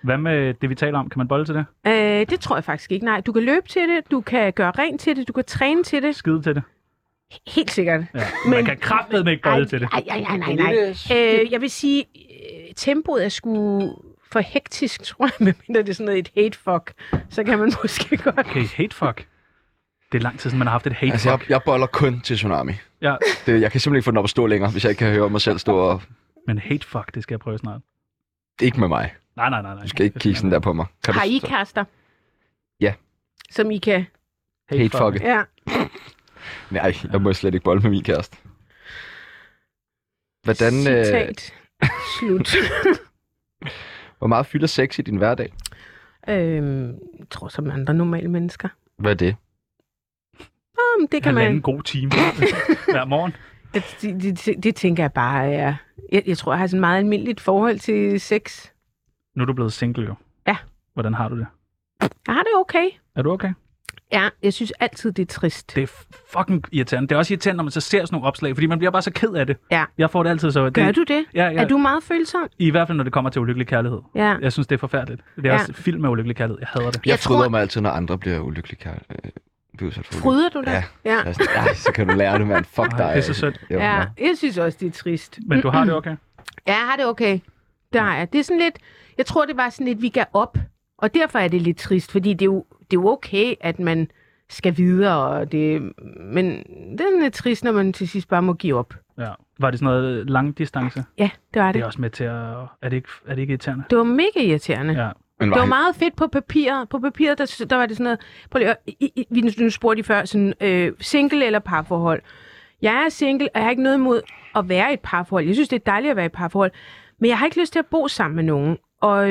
Hvad med det, vi taler om? Kan man bolle til det? Det tror jeg faktisk ikke, nej. Du kan løbe til det, du kan gøre rent til det, du kan træne til det. Skide til det? Helt sikkert. Ja. Man kan kraftedeme ikke bolle til det. Nej. Jeg vil sige, tempoet er sgu for hektisk, tror jeg, medmindre det er sådan noget et hate-fuck. Så kan man måske godt... Okay, hate-fuck. Det er lang tid siden, man har haft et hate-fuck. Altså, jeg boller kun til Tsunami. Ja. Jeg kan simpelthen ikke få den op at stå længere, hvis jeg ikke kan høre mig selv stå og... Men hate-fuck, det skal jeg prøve snart. Ikke med mig. Nej. Du skal ikke kigge sådan der på mig. Har I kærester? Ja. Som I kan... Hate-fuck. Ja. Nej, jeg må slet ikke bolle med min kæreste. Hvordan... Citat. Slut. Hvor meget fylder sex i din hverdag? Jeg tror som andre normale mennesker. Hvad er det? Det kan man... en god time hver morgen. Det tænker jeg bare er... Jeg tror, jeg har sådan et meget almindeligt forhold til sex. Nu er du blevet single jo. Ja. Hvordan har du det? Jeg har det okay. Er du okay? Ja, jeg synes altid, det er trist. Det er fucking irriterende. Det er også irriterende, når man så ser sådan nogle opslag, fordi man bliver bare så ked af det. Ja. Jeg får det altid så... Gør du det? Ja. Er du meget følsom? I hvert fald, når det kommer til ulykkelig kærlighed. Ja. Jeg synes, det er forfærdeligt. Det er også film med ulykkelig kærlighed. Jeg hader det. Jeg fryder mig altid, når andre bliver ulykkelige kærlighed. Fryder du det? Ja. Så kan du lære det, mand. Fuck dig. Det er så sødt. Ja, jeg synes også, det er trist. Men du har det okay? Ja, jeg har det okay. Det har jeg. Det er sådan lidt... Jeg tror, det var sådan lidt, vi gav op. Og derfor er det lidt trist, fordi det er jo okay, at man skal videre. Og det, men det er lidt trist, når man til sidst bare må give op. Ja. Var det sådan noget lang distance? Ja, det var det. Det er også med til at... Er det ikke irriterende? Det var mega irriterende. Ja. Men det var meget fedt på papiret. På papiret, der var det sådan noget... Nu spurgte I før, sådan, single eller parforhold. Jeg er single, og jeg har ikke noget imod at være i et parforhold. Jeg synes, det er dejligt at være i et parforhold. Men jeg har ikke lyst til at bo sammen med nogen. Og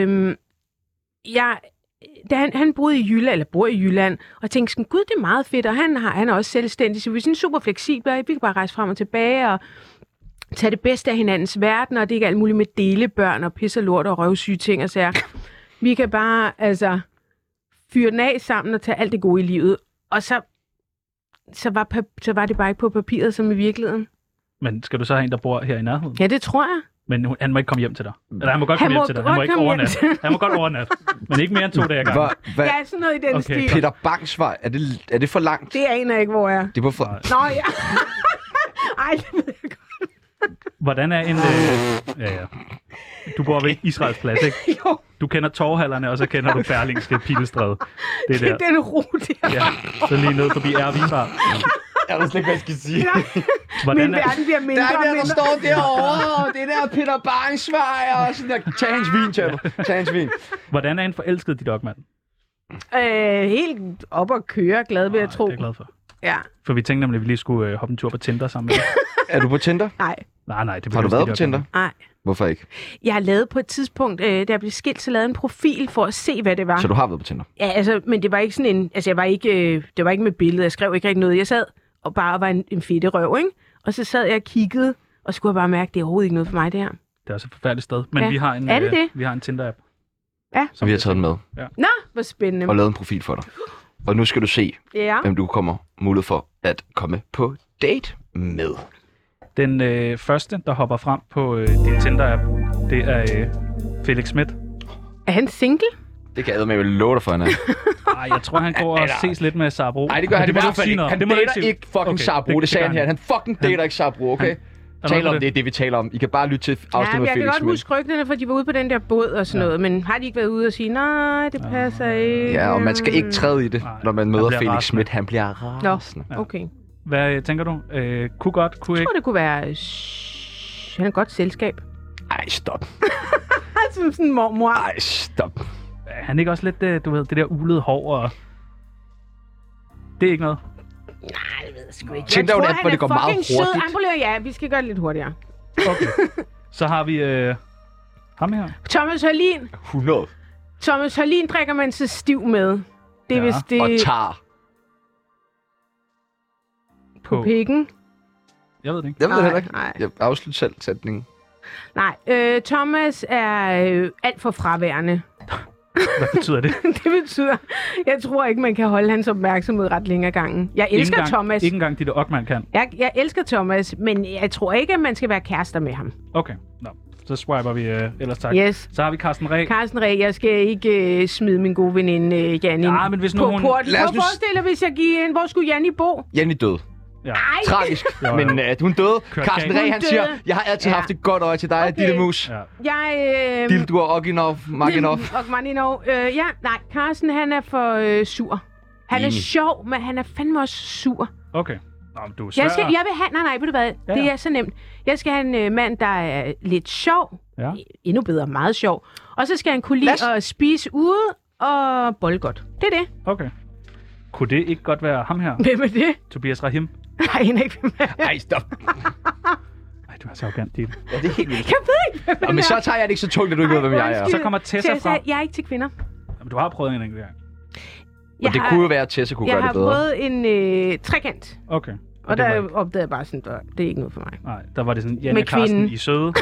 han boede i Jylland, eller bor i Jylland, og jeg tænkte sådan, gud, det er meget fedt, og han er også selvstændig, så vi er sådan super fleksible, og vi kan bare rejse frem og tilbage, og tage det bedste af hinandens verden, og det er ikke alt muligt med delebørn, og pisse og lort, og røvsyge ting, og så vi kan bare, fyre den af sammen, og tage alt det gode i livet. Og så var det bare ikke på papiret, som i virkeligheden. Men skal du så have en, der bor her i nærheden? Ja, det tror jeg. Men han må ikke komme hjem til dig. Eller han må godt komme hjem til dig. Han må ikke overnatte. Han må godt overnatte. Men ikke mere end 2 dage ad gangen. Ja, sådan noget i den stil. Peter Bangs Vej, er det for langt? Det aner jeg ikke, hvor jeg er. Det er på for... Nå, ja. Ej, det ved jeg godt. Hvordan er en... Ja. Du bor ved Israels Plads, ikke? Jo. Du kender Torvhallerne, og så kender du Berlingske Pilestræde. Det er der. Den ro der. Ja, så lige ned forbi Ervisar. Jeg ved slet ikke, hvad jeg skal sige. Min verden bliver mindre og mindre. Der står derovre, og det der Peter Bangs Vej, og sådan der. Tag hans vin, Tjerno. Tag hans vin. Hvordan er en forelsket dit dogmand? Helt op at køre, glad ved at tro. Det er jeg glad for. Ja. For vi tænkte nemlig, at vi lige skulle hoppe en tur på Tinder sammen med dig. Er du på Tinder? Nej. Nej. Det har du været på Tinder? Nej. Hvorfor ikke? Jeg har lavet på et tidspunkt, da jeg blev skilt, så lavede en profil for at se, hvad det var. Så du har været på Tinder? Ja, men det var ikke sådan en... det var ikke med billede. Jeg skrev ikke rigtig noget. Jeg sad og bare var en fedte røv, ikke? Og så sad jeg og kiggede, og skulle bare mærke, at det er overhovedet ikke noget for mig, det her. Det er også et forfærdeligt sted. Men vi har en, vi har en Tinder-app. Ja. Så vi har taget den med. Ja. Nå, hvor spændende. Og lavet en profil for dig. Og nu skal du se, hvem du kommer mulighed for at komme på date med. Den første, der hopper frem på din Tinder-app, det er Felix Schmidt. Er han single? Det kan jeg med love dig for, han er. Nej, jeg tror, han går og ses lidt med Sara Bro. Nej, det gør han i hvert fald ikke. Han dater ikke fucking Sara Bro, det sagde han her. Han fucking dater ikke Sara Bro, okay? Taler om det, vi taler om. I kan bare lytte til afsnit med Felix Schmidt. Jeg kan godt huske rygterne, for de var ude på den der båd og sådan noget, men har de ikke været ude og sige, nej, det passer ikke? Ja, og man skal ikke træde i det, når man møder Felix Schmidt. Han bliver rasende. Nå, okay. Hvad tænker du? Kunne ikke? Jeg tror, det kunne være... Han er et godt selskab. Ej, stop. Som sådan en mormor. Ej, stop. Er han ikke også lidt, du ved, det der ulede hår og... Det er ikke noget? Nej, det ved jeg sgu ikke. Tinder jo hvor det går meget hurtigt. Ja, vi skal gøre det lidt hurtigere. Okay. Så har vi ham her. Thomas Hørlin. 100. Thomas Hørlin drikker man så stiv med. Det er vist det... Og tager. På pikken. Jeg ved det ikke. Jeg ved det heller ikke. Nej. Jeg afslutter selv sætningen. Nej, Thomas er alt for fraværende. Hvad betyder det? Det betyder, jeg tror ikke, man kan holde hans opmærksomhed ret længere gangen. Jeg elsker Thomas. Ikke engang Ditte Okman kan. Jeg elsker Thomas, men jeg tror ikke, at man skal være kærester med ham. Okay, nå. Så swiper vi ellers tak. Yes. Så har vi Carsten Reh. Carsten Reh, jeg skal ikke smide min gode veninde Janni Ja, men hvis nu på hun... porten. Lad os Prøv nu- at forestille dig, hvis jeg giver en. Hvor skulle Janni bo? Janni døde. Ja. Tragisk. Jo. Men hun døde. Kørt Carsten galt. Reh, han siger, Hun døde. jeg har altid Ja. haft et godt øje til dig, Okay. Dille Mus. Ja. Jeg... Dildur, Oginov, Maginov. Og Maninov. Ja, nej, Carsten, han er for sur. Han er Enig. sjov, men han er fandme også sur. Okay. Nå, men du er svær. Jeg vil have... Nej, ved du hvad? Ja. Det er så nemt. Jeg skal have en mand, der er lidt sjov. Ja. Endnu bedre, meget sjov. Og så skal han kunne lide Lad os- at spise ude og bolle godt. Det er det. Okay. Kunne det ikke godt være ham her? Hvem er det? Tobias Rahim? Nej, jeg ikke hvem er. Ej, stop. Ej, du er så arrogant, Ditte. Ja, det er helt vildt. Jeg ved ikke, hvem Nå, men så tager jeg det ikke så tungt, at du ikke ved, hvem jeg er. Så kommer Tessa frem. Jeg er ikke til kvinder. Jamen, du har prøvet en enkelt gang. Og det kunne jo være, at Tessa kunne Jeg gøre har det bedre. prøvet en trekant. Okay. Og det var der ikke- opdagede jeg bare sådan, at det er ikke noget for mig. Nej, der var det sådan, Janne Med og Carsten, kvinden. I søde,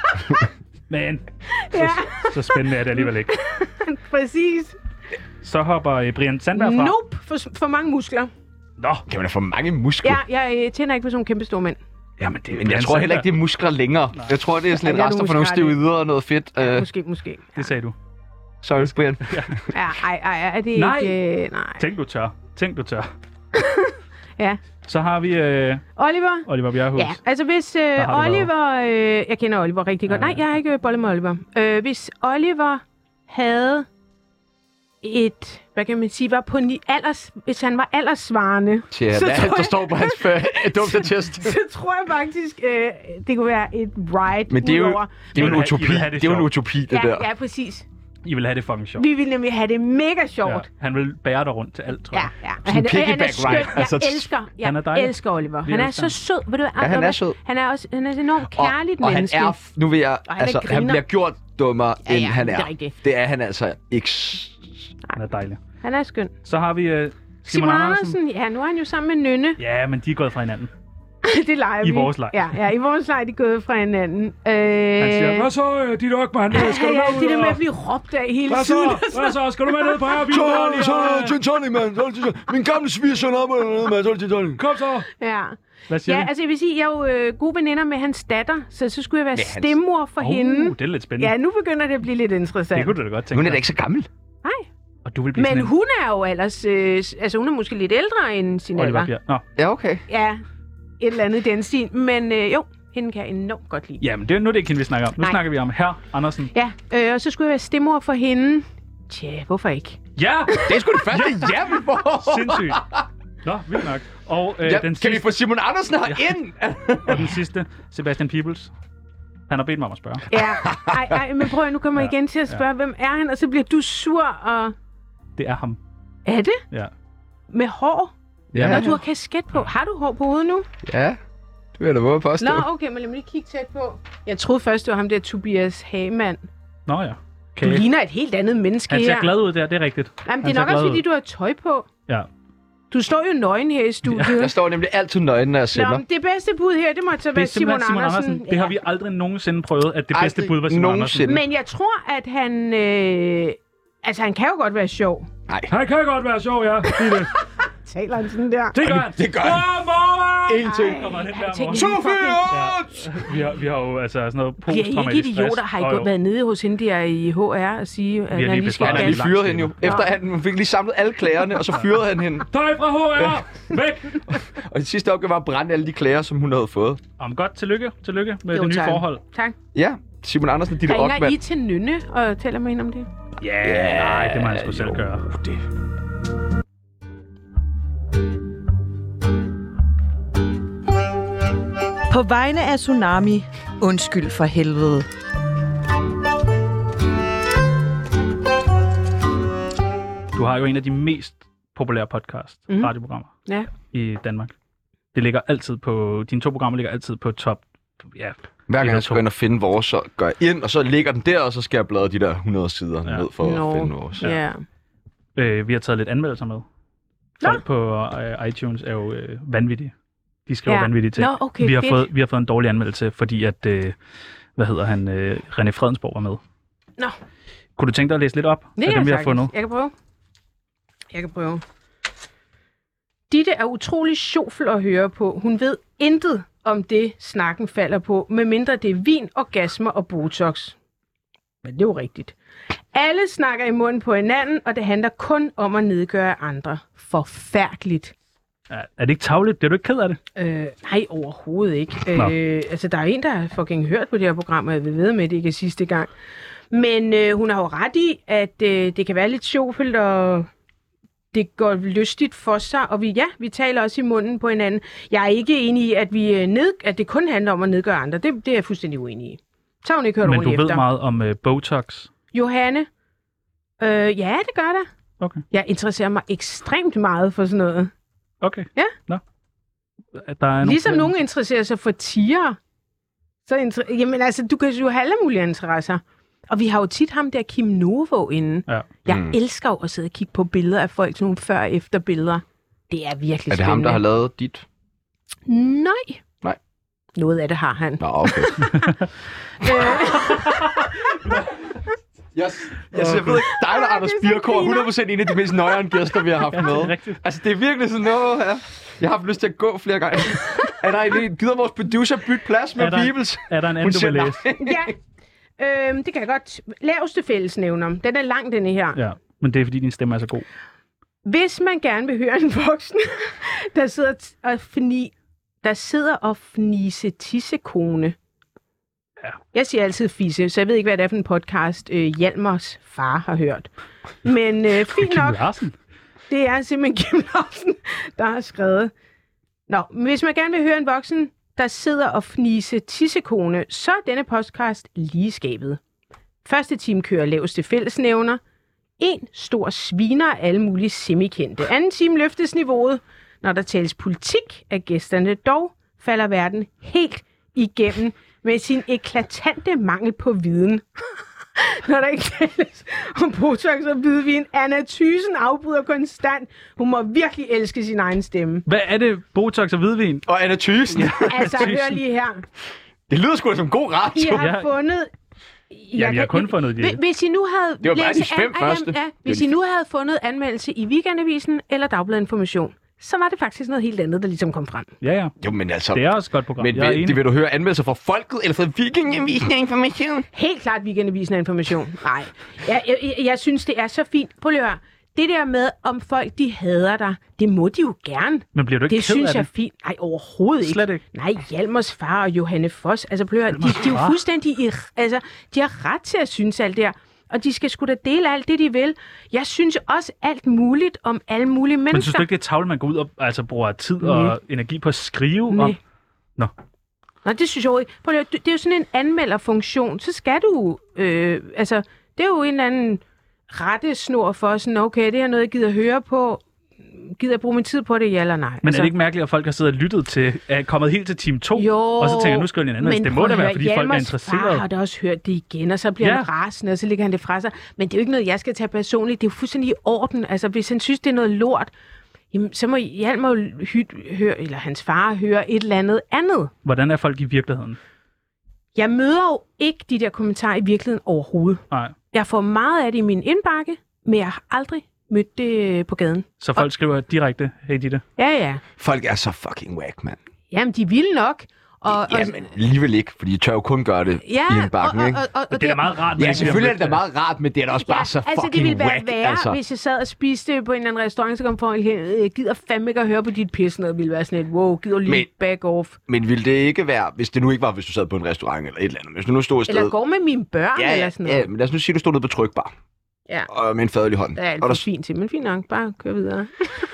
men Ja, så spændende er det alligevel ikke. præcis. Så hopper Brian Sandberg frem. Nope, for mange muskler. Nå, Kan man da få mange muskler? Ja, jeg tænder ikke på sådan nogle kæmpe store mænd. jamen det er Men jeg tror heller ikke, det er muskler længere. Jeg tror, det er sådan Ja, lidt der er rester du for nogle måske ret i. steroider og noget fedt. Måske. Det sagde du. Sorry, Brian. Ja, ej, er det Nej. ikke... Nej. Tænk du tør. Ja. Så har vi Oliver? Oliver Bjerrehus. Ja, altså hvis har du Oliver... jeg kender Oliver rigtig godt. Ja. Nej, jeg har ikke bollet med Oliver. Hvis Oliver havde et... Hvad kan man sige? Var på hvis han var alderssvarende, Tja, Så hvad tror der jeg- står på hans dumme test. så tror jeg faktisk, det kunne være et ride Men det er jo, udover. det er jo en Men- utopi. I vil have det Det er jo en sjovt. utopi, det der. Ja, præcis. I vil have det fucking sjovt. Vi ville nemlig have det mega sjovt. Ja. Han vil bære dig rundt til alt, tror Ja, jeg. ja. Sådan Han er piggyback skøn. ride. Jeg Altså, han er dejlig. elsker Oliver. Vi Han er elsker så sød. Ved du, hvad? Ja, han er sød. Han er et enormt kærligt og han menneske. er, nu vil jeg, Og han er altså, han griner. bliver gjort dummere, Ja, end ja, han det er. er rigtigt. Det er han altså ikke. Han er dejlig. Han er skøn. Så har vi Simon Andersen. Ja, nu er han jo sammen med Nynne. Ja, men de er gået fra hinanden. Det leger vi. I vores leg. Ja, i vores leg er de gået fra hinanden. Han siger, hvad så, dit Ockmann? Skal du Ja, med det ud der med og- at blive råbt af hele Hvad tiden. så? Hvad så? Skal du med ned på her? Gin tonic, mand. Min gamle svigersøn op eller noget, mand. Gin tonic. Kom så! Ja. Hvad siger Ja, du? altså jeg vil sige, jeg er jo gode veninder med hans datter, så skulle jeg være Med hans- stemmor for hende. Det er lidt spændende. Ja, nu begynder det at blive lidt interessant. Det kunne du da godt tænke Hun er da dig. ikke så gammel. Nej. Og du vil blive Men sådan hun er jo ellers... altså, hun er måske lidt ældre end sin en Oliver alder. Bjerg. Nå, Ja, okay. Ja, et eller andet i den stil. Men jo, hende kan jeg enormt godt lide. jamen nu er det ikke hende, vi snakker om. Nu Nej. snakker vi om herr Andersen. Ja, og så skulle jeg være stemmor for hende. Tja, hvorfor ikke? Ja! Det er sgu det første ja, vi får. Sindssygt. Nå, vildt nok. Og Ja, den kan sidste, vi få Simon Andersen herind? og den sidste, Sebastian Peebles. Han har bedt mig om at spørge. Ja, ej, men prøv at, nu kommer jeg igen til at spørge, hvem er han? Og så bliver du sur, og... Det er ham. Er det? Ja. Med hår? Ja, Og du har kasket på. Har du hår på hovedet nu? ja. Det vil jeg da våge at påstå. Nå, okay, men lad mig lige kigge tæt på. Jeg troede først, det var ham der Tobias Hagemann. Nå ja. Du Okay. ligner et helt andet menneske Han ser her. glad ud der, det er rigtigt. Jamen, det Han er ser nok også, glad fordi ud. du har tøj på. Ja. Du står jo nøgen her i studiet. Jeg står nemlig altid nøgen, når jeg Nå, sender. men det bedste bud her, det må så Det er være Simon simpelthen Simon Andersen. Andersen. Det har vi aldrig nogensinde prøvet, at det bedste Aldrig bud var Simon nogensinde. Andersen. Men jeg tror, at han... altså, han kan jo godt være sjov. Han kan godt være sjov, ja. Sig det. Taler han sådan der? Det gør han. Det gør han. Ingenting. Kommer han hen han hver tænker morgen. lige Ja, vi har jo altså sådan noget Vi er ikke posttraumatisk idioter. Har I stress. godt været nede hos hende der i HR og sige, at lige han lige skal besvaret Han have har det. lige fyret hende jo. Efter han fik lige samlet alle klagerne, og så fyrede han hende. Dig fra HR! Væk! Og det sidste opgave var at brænde alle de klager, som hun havde fået. Om godt, tillykke med Jo, det nye tak. forhold. Tak. Ja, Simon Andersen og Ditte Ringer Ockmann. I til Nynne og taler med hende om det? Ja, nej, det må han sgu selv gøre. Det. På vegne af Tsunami, undskyld for helvede. Du har jo en af de mest populære radioprogrammer Ja. i Danmark. Det ligger altid på, dine 2 programmer ligger altid på top. Ja, Hver gang Det er jeg skal to. gå ind og finde vores, så går jeg ind, og så ligger den der, og så skal jeg bladre de der 100 sider Ja. ned for Nå. at finde vores. Ja. vi har taget lidt anmeldelser med. Folk på iTunes er jo vanvittige. De skriver Ja. vanvittige ting. Nå, okay, vi har fedt. fået en dårlig anmeldelse, fordi at, René Fredensborg var med. Nå. Kunne du tænke dig at læse lidt op Det af kan dem, vi jeg har fundet? sagtens. Jeg kan prøve. Ditte er utrolig sjofel at høre på. Hun ved intet om det, snakken falder på, medmindre det er vin, orgasmer og botox. Men det er jo rigtigt. Alle snakker i munden på hinanden, og det handler kun om at nedgøre andre. Forfærdeligt. Er det ikke tarveligt? Bliver du ikke ked af det? Nej, overhovedet ikke. Altså, der er en, der har fucking hørt på det her program, og jeg vil ved med, det ikke er sidste gang. Men hun har jo ret i, at det kan være lidt sjovt, og det går lystigt for sig, og vi taler også i munden på hinanden. Jeg er ikke enig i, at det kun handler om at nedgøre andre. Det er jeg fuldstændig uenig i. Så har hun ikke hørt ordentligt efter. Men du ved meget om Botox? Johanne? Ja, det gør det. Okay. Jeg interesserer mig ekstremt meget for sådan noget. Okay. Ja. Nå. Der er ligesom nogen interesserer sig for tiger. Jamen altså, du kan jo have alle mulige interesser. Og vi har jo tit ham der Kim Novo inde. Ja. Jeg elsker jo at sidde og kigge på billeder af folk, sådan nogle før- og efterbilleder. Det er virkelig spændende. Er det ham, der har lavet dit? Nej. Nej. Noget af det har han. Nå, okay. Jeg ved ikke, dig og Anders Birkgaard er 100% en af de mest nøjere gæster, vi har haft med. Rigtigt. Altså, det er virkelig sådan noget her. Jeg har haft lyst til at gå flere gange. Er der en gider vores producer bytte plads med Bibels? Er der en anden, du vil læse? Ja, det kan jeg godt. Laveste fællesnævner. Den er lang, denne her. Ja, men det er, fordi din stemme er så god. Hvis man gerne vil høre en voksen, der sidder og fnise tissekone. Ja. Jeg siger altid fisse, så jeg ved ikke, hvad det er for en podcast, Hjalmars far har hørt. Men fint nok. Det er simpelthen Kim Larsen, der har skrevet. Nå, men hvis man gerne vil høre en voksen, der sidder og fnise tissekone, så er denne podcast lige skabet. Første time kører laveste fællesnævner. En stor sviner af alle mulige semikendte. Anden time løftes niveauet. Når der tales politik af gæsterne, dog falder verden helt igennem med sin eklatante mangel på viden. Når der ikke tales om botox og hvidvin, Anna Thysen afbryder konstant. Hun må virkelig elske sin egen stemme. Hvad er det, botox og hvidvin? Og Anna Thysen. Altså, hør lige her. Det lyder sgu da som god radio. I har fundet... Jamen, jeg har kun fundet det. Hvis I nu havde... Det var bare de 5 første. Hvis I nu havde fundet anmeldelse i Weekendavisen eller Dagbladet Information, så var det faktisk noget helt andet, der ligesom kom frem. Ja. Jo, men altså... Det er også et godt program. Men det vil du høre anmeldelser fra Folket eller fra Weekendavisen af Information? Helt klart Weekendavisen af Information. Nej. Jeg synes, det er så fint. Prøv lige at høre. Det der med, om folk de hader dig, det må de jo gerne. Men bliver du ikke det ked af synes det? jeg er fint. Nej, overhovedet ikke. Slet ikke? Nej, Hjalmars far og Johanne Foss. Altså, prøv at høre. De er jo fuldstændig... Altså, de har ret til at synes alt det her. Og de skal sgu da dele alt det, de vil. Jeg synes også alt muligt om alle mulige mennesker. Men synes du ikke, det er tavle, man går ud og altså, bruger tid og energi på at skrive om? Nå, det synes jeg ikke. Prøv at høre, det er jo sådan en anmelderfunktion. Så skal du... altså, det er jo en eller anden rettesnor for sådan, okay, det er noget, jeg gider høre på. Gider jeg bruge min tid på det, ja eller nej? Men er det ikke mærkeligt, at folk har siddet og lyttet til, er kommet helt til time 2, jo, og så tænker jeg, nu skal jeg en anden. Det må da være, fordi folk er interesserede. Far har da også hørt det igen, og så bliver han rasende, og så ligger han det fra sig. Men det er jo ikke noget, jeg skal tage personligt. Det er jo fuldstændig i orden. Altså, hvis han synes, det er noget lort, jamen, så må Hjalmar høre, eller hans far høre et eller andet. Hvordan er folk i virkeligheden? Jeg møder jo ikke de der kommentarer i virkeligheden overhovedet. Nej. Jeg får meget af det i min indbakke, men jeg har aldrig mødt det på gaden. Så folk skriver direkte, hey Ditte? Ja. Folk er så fucking whack, mand. Jamen, de vil nok. Jamen, alligevel ikke, fordi de tør jo kun gøre det i indbakken, ikke? Og det er da meget rart. Ja, selvfølgelig er det da meget rart, men det er da også bare så fucking whack. Det ville være værre, hvis jeg sad og spiste på en eller anden restaurant, så kom folk hen, gider fandme ikke at høre på dit pis, noget ville være sådan et, wow, gider lige back off. Men ville det ikke være, hvis det nu ikke var, hvis du sad på en restaurant eller et eller andet, hvis du nu stod et sted... Eller går med mine børn eller sådan noget. Ja, men lad os nu sige, at du stod nede på trykbar. Ja. Og med en fadelig hånd. Det er alt for fint til, men fint nok, bare kør videre.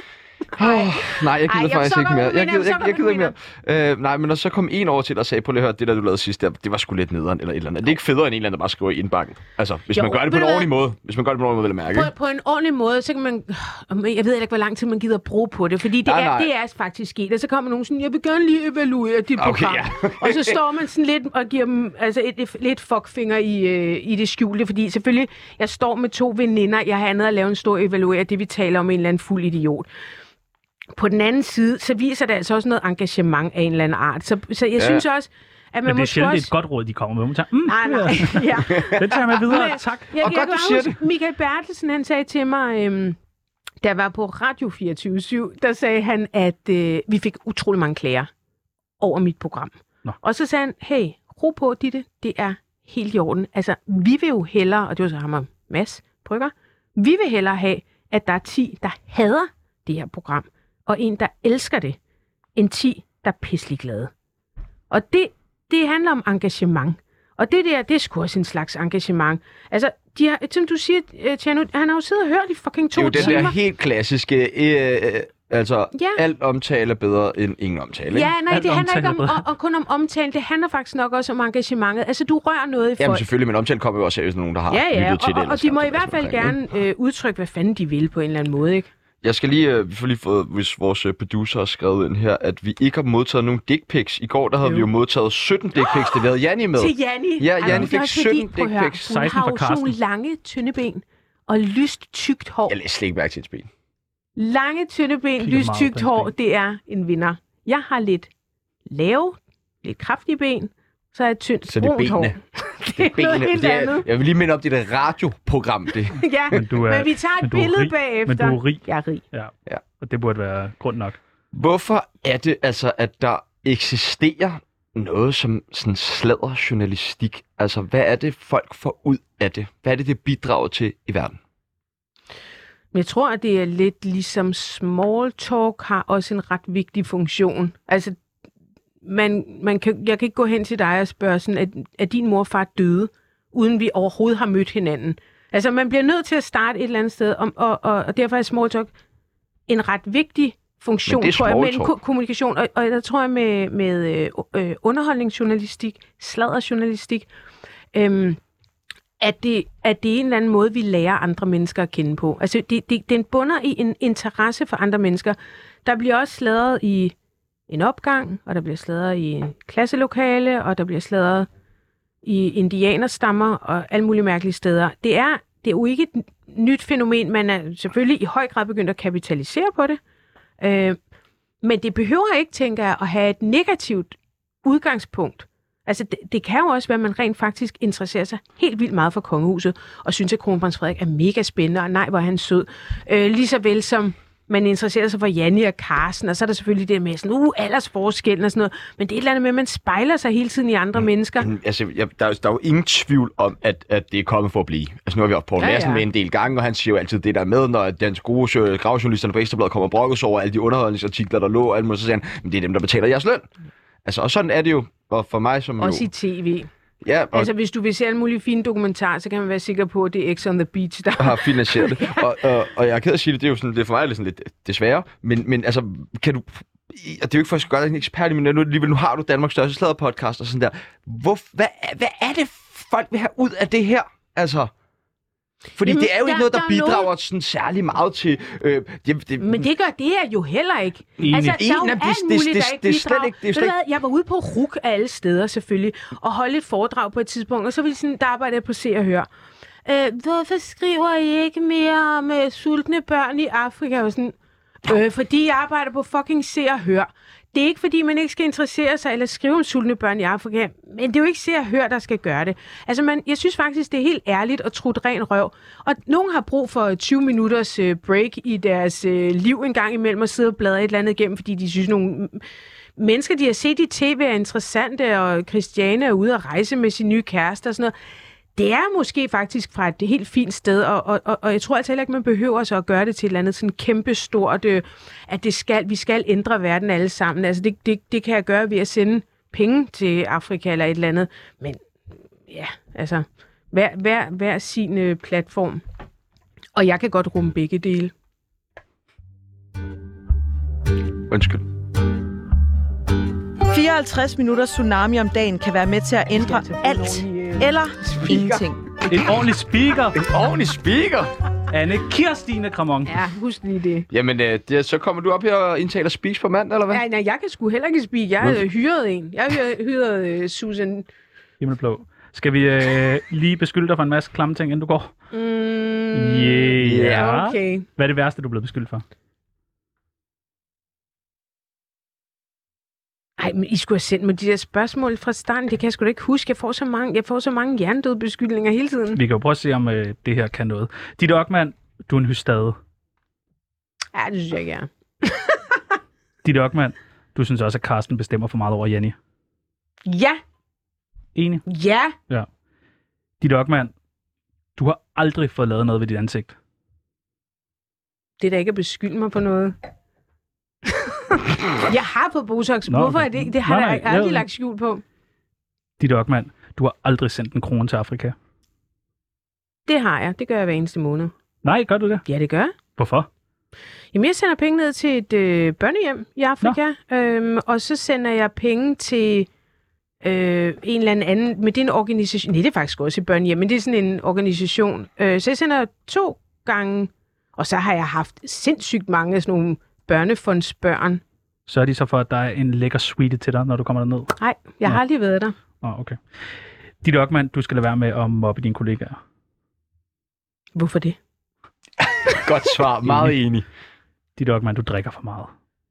Nej, jeg gider faktisk ikke mere. Jeg gider ikke mere. Nej, men når så kom en over til dig og sagde, prøv lige at høre, det der du lavede sidst, det var sgu lidt nederen eller et eller andet. Det er ikke federe end en eller anden, der bare skriver i indbakken. Altså, hvis man gør det på en ordentlig måde. Hvis man gør det på en ordentlig måde, vil jeg mærke. På en ordentlig måde, så kan man... Jeg ved ikke, hvor lang tid man gider bruge på det, fordi det er faktisk sket. Og så kommer nogen sådan, jeg vil gerne lige evaluere dit program. Ja. Og så står man sådan lidt og giver dem lidt fuckfinger i det skjulte, fordi selvfølgelig, jeg står med 2 veninder, jeg har andet at lave en stor evaluere, det vi taler om en eller anden fuld idiot. På den anden side, så viser det altså også noget engagement af en eller anden art. Så jeg synes også, at man må... Men det er sjældent også... et godt råd, de kommer med. Nej. Ja. Den tager jeg med videre, tak. Og godt, du siger det. Michael Bertelsen, han sagde til mig, Da jeg var på Radio 24/7, der sagde han, at vi fik utrolig mange klager over mit program. Nå. Og så sagde han, hey, ro på, Ditte, det er helt i orden. Altså, vi vil jo hellere, og det var så ham og Mads Brygger, vi vil hellere have, at der er 10, der hader det her program, og en, der elsker det, end 10, der er pisselig glade. Og det handler om engagement. Og det er sgu også en slags engagement. Altså, de har, som du siger, Tjerno, han har jo siddet og hørt i fucking 2 timer. Det er jo den der helt klassiske, alt omtale er bedre end ingen omtale. Ikke? Ja, nej, Alt det handler ikke omtale om kun om omtale. Det handler faktisk nok også om engagementet. Altså, du rører noget i folk. Jamen selvfølgelig, men omtale kommer jo også af, nogen, der har lyttet til det. Og de må i hvert fald gerne udtrykke, hvad fanden de vil på en eller anden måde, ikke? Jeg skal lige, vi får lige fået, hvis vores producer har skrevet ind her, at vi ikke har modtaget nogen dick pics. I går, der havde vi jo modtaget 17 dick pics. Det havde Janni med. Til Janni? Ja, Janni fik 17 dick pics. Hun har jo sådan nogle lange, tynde ben og lyst, tykt hår. Jeg læser slet ikke mærke til et ben. Lange, tynde ben, lyst, tykt hår, det er en vinder. Jeg har lidt lave, lidt kraftige ben, så er jeg tyndt brunt hår. Det er noget helt andet. Jeg vil lige minde om det der radioprogram. Det. Ja, men vi tager et billede bagefter. Men du er rig. Jeg er rig. Ja, og det burde være grund nok. Hvorfor er det altså, at der eksisterer noget som sådan sladderjournalistik? Altså, hvad er det, folk får ud af det? Hvad er det bidrager til i verden? Jeg tror, at det er lidt ligesom small talk har også en ret vigtig funktion. Altså, jeg kan ikke gå hen til dig og spørge sådan, at din mor og far døde, uden vi overhovedet har mødt hinanden. Altså, man bliver nødt til at starte et eller andet sted, og derfor er small talk en ret vigtig funktion, tror jeg, med kommunikation. Og der tror jeg med underholdningsjournalistik, sladderjournalistik, at det er en eller anden måde, vi lærer andre mennesker at kende på. Altså, den bunder i en interesse for andre mennesker. Der bliver også sladret i en opgang, og der bliver sladret i en klasselokale, og der bliver sladret i indianerstammer og alle mulige mærkelige steder. Det er jo ikke et nyt fænomen. Man er selvfølgelig i høj grad begyndt at kapitalisere på det. Men det behøver ikke, tænker jeg, at have et negativt udgangspunkt. Altså, det kan jo også være, at man rent faktisk interesserer sig helt vildt meget for kongehuset, og synes, at kronprins Frederik er mega spændende, og nej, hvor er han sød. Lige så vel som man interesserer sig for Janni og Carsten, og så er der selvfølgelig det med sådan, aldersforskellen og sådan noget, men det er et eller andet med, at man spejler sig hele tiden i andre mennesker. Altså, der er jo ingen tvivl om, at det er kommet for at blive. Altså, nu har vi haft Poul Madsen med en del gange, og han siger jo altid det der med, når dansk gode gravjournalisterne på Ekstrabladet kommer og brokkes over alle de underholdningsartikler, der lå, og alt muligt, så siger han, men det er dem, der betaler jeres løn. Altså, og sådan er det jo, og for mig som også i tv. Ja, altså, hvis du vil se alle mulige fine dokumentarer, så kan man være sikker på, at det er X on the Beach, der har finansieret det. Og jeg er ked af at sige det, det er jo sådan, det er for mig lidt desværre, men altså, kan du, og det er jo ikke for, at jeg skal gøre dig en ekspert, men nu har du Danmarks største sladderpodcast og sådan der. Hvad er det, folk vil have ud af det her? Altså, fordi det er jo ikke noget, der bidrager sådan særlig meget til... Men det gør det her jo heller ikke. Altså, der er jo alt muligt, der ikke bidrager. Jeg var ude på RUK af alle steder selvfølgelig, og holdt et foredrag på et tidspunkt, og så ville sådan, der arbejdede på Se og Hør. Hvorfor skriver I ikke mere om sultne børn i Afrika? Og sådan, fordi jeg arbejder på fucking Se og Hør. Det er ikke, fordi man ikke skal interessere sig eller skrive om sultne børn i Afrika, men det er jo ikke Se og Hør, der skal gøre det. Altså, jeg synes faktisk, det er helt ærligt at trutte ren røv. Og nogen har brug for 20 minutters break i deres liv en gang imellem og sidde og bladre et eller andet igennem, fordi de synes, nogle mennesker, de har set i tv, er interessante, og Christiane er ude at rejse med sin nye kæreste og sådan noget. Det er måske faktisk fra et helt fint sted, og jeg tror altså heller ikke, man behøver så at gøre det til et eller andet sådan kæmpestort, at vi skal ændre verden alle sammen. Altså det kan jeg gøre ved at sende penge til Afrika eller et eller andet. Men ja, altså hver sin platform. Og jeg kan godt rumme begge dele. Undskyld. 54 minutter tsunami om dagen kan være med til at ændre alt eller ingenting. En ordentlig speaker. En ordentlig speaker. Anne Kirstine Kramon. Ja, husk lige det. Jamen, så kommer du op her og indtaler speaks på mandag, eller hvad? Nej, jeg kan sgu heller ikke speak. Jeg havde hyret en. Jeg hyrede Susan. Himmelblå. Skal vi lige beskylde dig for en masse klamme ting, inden du går? Ja, okay. Hvad er det værste, du er blevet beskyldt for? Ej, men I skulle have sendt mig de der spørgsmål fra starten. Det kan jeg sgu da ikke huske. Jeg får så mange hjernedøde beskyldninger hele tiden. Vi kan jo prøve at se, om det her kan noget. Ditte Okman, du er en hystade. Ja, det synes jeg ikke, jeg er. Ditte Okman, du synes også, at Karsten bestemmer for meget over Jenny. Ja. Enig? Ja. Ja. Ditte Okman, du har aldrig fået lavet noget ved dit ansigt. Det er da ikke at beskylde mig på noget. Jeg har fået Botox. Hvorfor er det? Det har jeg aldrig lagt skjul på. Ditte Okman, du har aldrig sendt en krone til Afrika. Det har jeg. Det gør jeg hver eneste måned. Nej, gør du det? Ja, det gør jeg. Hvorfor? Jamen, jeg sender penge ned til et børnehjem i Afrika. Og så sender jeg penge til en eller anden... Men det er en organisation... Nej, det er faktisk også et børnehjem, men det er sådan en organisation. Så jeg sender 2 gange... Og så har jeg haft sindssygt mange af sådan nogle børnefondsbørn. Så er de så for, at der er en lækker suite til dig, når du kommer derned? Nej, jeg har aldrig været der. Okay. Ditte Okman, du skal lade være med at mobbe dine kollegaer. Hvorfor det? Godt svar. Meget enig. Ditte Okman, du drikker for meget.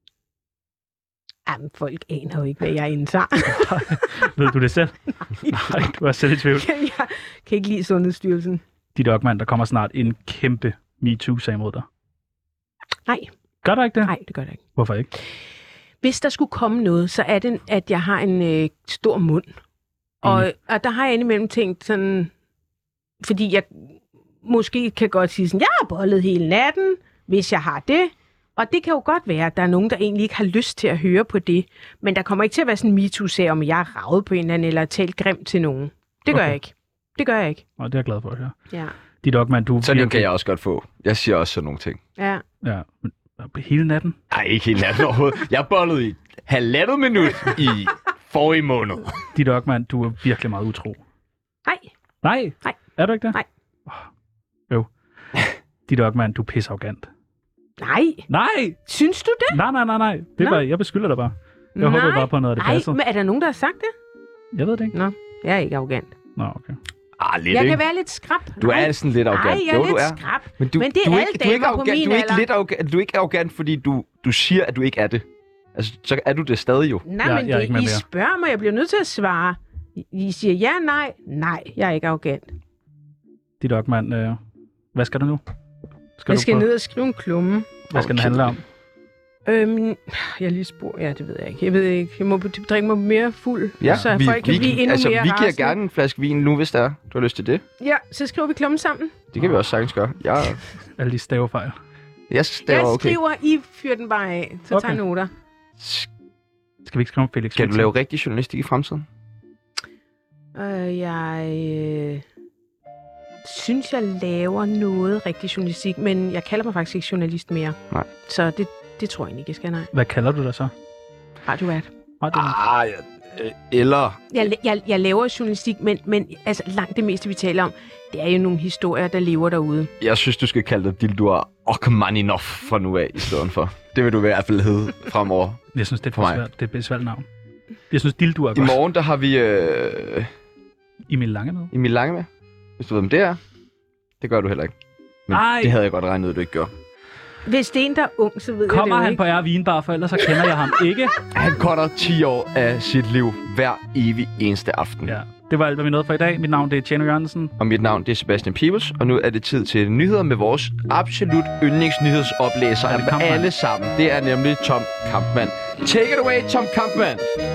Jamen, folk aner jo ikke, hvad jeg indtager. Ved du det selv? Nej, du er selv i tvivl. Jeg kan ikke lide Sundhedsstyrelsen. Ditte Okman, der kommer snart en kæmpe MeToo-sag mod dig. Nej. Gør der ikke det? Nej, det gør det ikke. Hvorfor ikke? Hvis der skulle komme noget, så er det, at jeg har en stor mund. Og der har jeg indimellem tænkt sådan... Fordi jeg måske kan godt sige sådan, jeg har bollet hele natten, hvis jeg har det. Og det kan jo godt være, at der er nogen, der egentlig ikke har lyst til at høre på det. Men der kommer ikke til at være sådan en MeToo-sag, om jeg har ravet på en eller anden, eller talt grimt til nogen. Det gør jeg ikke. Det gør jeg ikke. Og det er jeg glad for at høre. Ja. Ditte Okman, du... Sådan kan jeg også godt få. Jeg siger også sådan nogle ting. Ja. Ja, hele natten? Nej, ikke hele natten overhovedet. Jeg bollede i 1,5 minut i forrige måned. Ditte Okman, du er virkelig meget utro. Nej. Nej? Nej. Er du ikke det? Nej. Jo. Ditte Okman, du er pissearrogant. Nej. Nej! Synes du det? Nej. Det er bare, jeg beskylder dig bare. Jeg håber bare på noget af det passede. Nej, men er der nogen, der har sagt det? Jeg ved det ikke. Nå, jeg er ikke arrogant. Nå, okay. Lidt, jeg ikke? kan være lidt skrab. Du er sådan lidt arrogant. Nej, jeg er jo, lidt du er. skrab. Men, men det er alle damer på min alder. Du er ikke arrogant, fordi du siger, at du ikke er det. Altså, så er du det stadig jo. Nej, men det, I spørger mig, jeg bliver nødt til at svare. I siger ja, nej. Nej, jeg er ikke arrogant. Ditte Okman, hvad skal du nu? Jeg skal ned og skrive en klumme. Hvad skal den handle om? Jeg lige spurgt. Ja, det ved jeg ikke. Jeg ved ikke. Jeg må drikke mig mere fuld, ja, så folk kan blive endnu mere vi giver gerne en flaske vin nu, hvis der er. Du har lyst til det. Ja, så skriver vi klummen sammen. Det kan vi også sagtens gøre. Alle de stavefejl. Jeg skriver, I fyrer den bare af. Så tager noter. Skal vi ikke skrive om Felix? Skal du lave rigtig journalistik i fremtiden? Jeg synes, jeg laver noget rigtig journalistik, men jeg kalder mig faktisk ikke journalist mere. Nej. Så det tror jeg ikke, jeg skal, nej. Hvad kalder du dig så? Radiovært. Eller... Jeg laver journalistik, men altså langt det meste, vi taler om, det er jo nogle historier, der lever derude. Jeg synes, du skal kalde dig Dildur Okmaninov fra nu af, i stedet for. Det vil du i hvert fald hedde fremover. Jeg synes, det er et besværligt navn. Jeg synes, Dildur er godt. I morgen, der har vi... Emil Lange med. Emil Lange med. Hvis du ved, om det er. Det gør du heller ikke. Men det havde jeg godt regnet ud, du ikke gør. Hvis det er en, der er ung, så ved jeg det Kommer han ikke. på R Vinbar, for ellers så kender jeg ham ikke. Han cutter 10 år af sit liv hver evig eneste aften. Ja, det var alt, hvad vi nåede for i dag. Mit navn det er Tjano Jørgensen. Og mit navn det er Sebastian Peebles. Og nu er det tid til nyheder med vores absolut yndlingsnyhedsoplæser af alle sammen. Det er nemlig Tom Kampmann. Take it away, Tom Kampmann!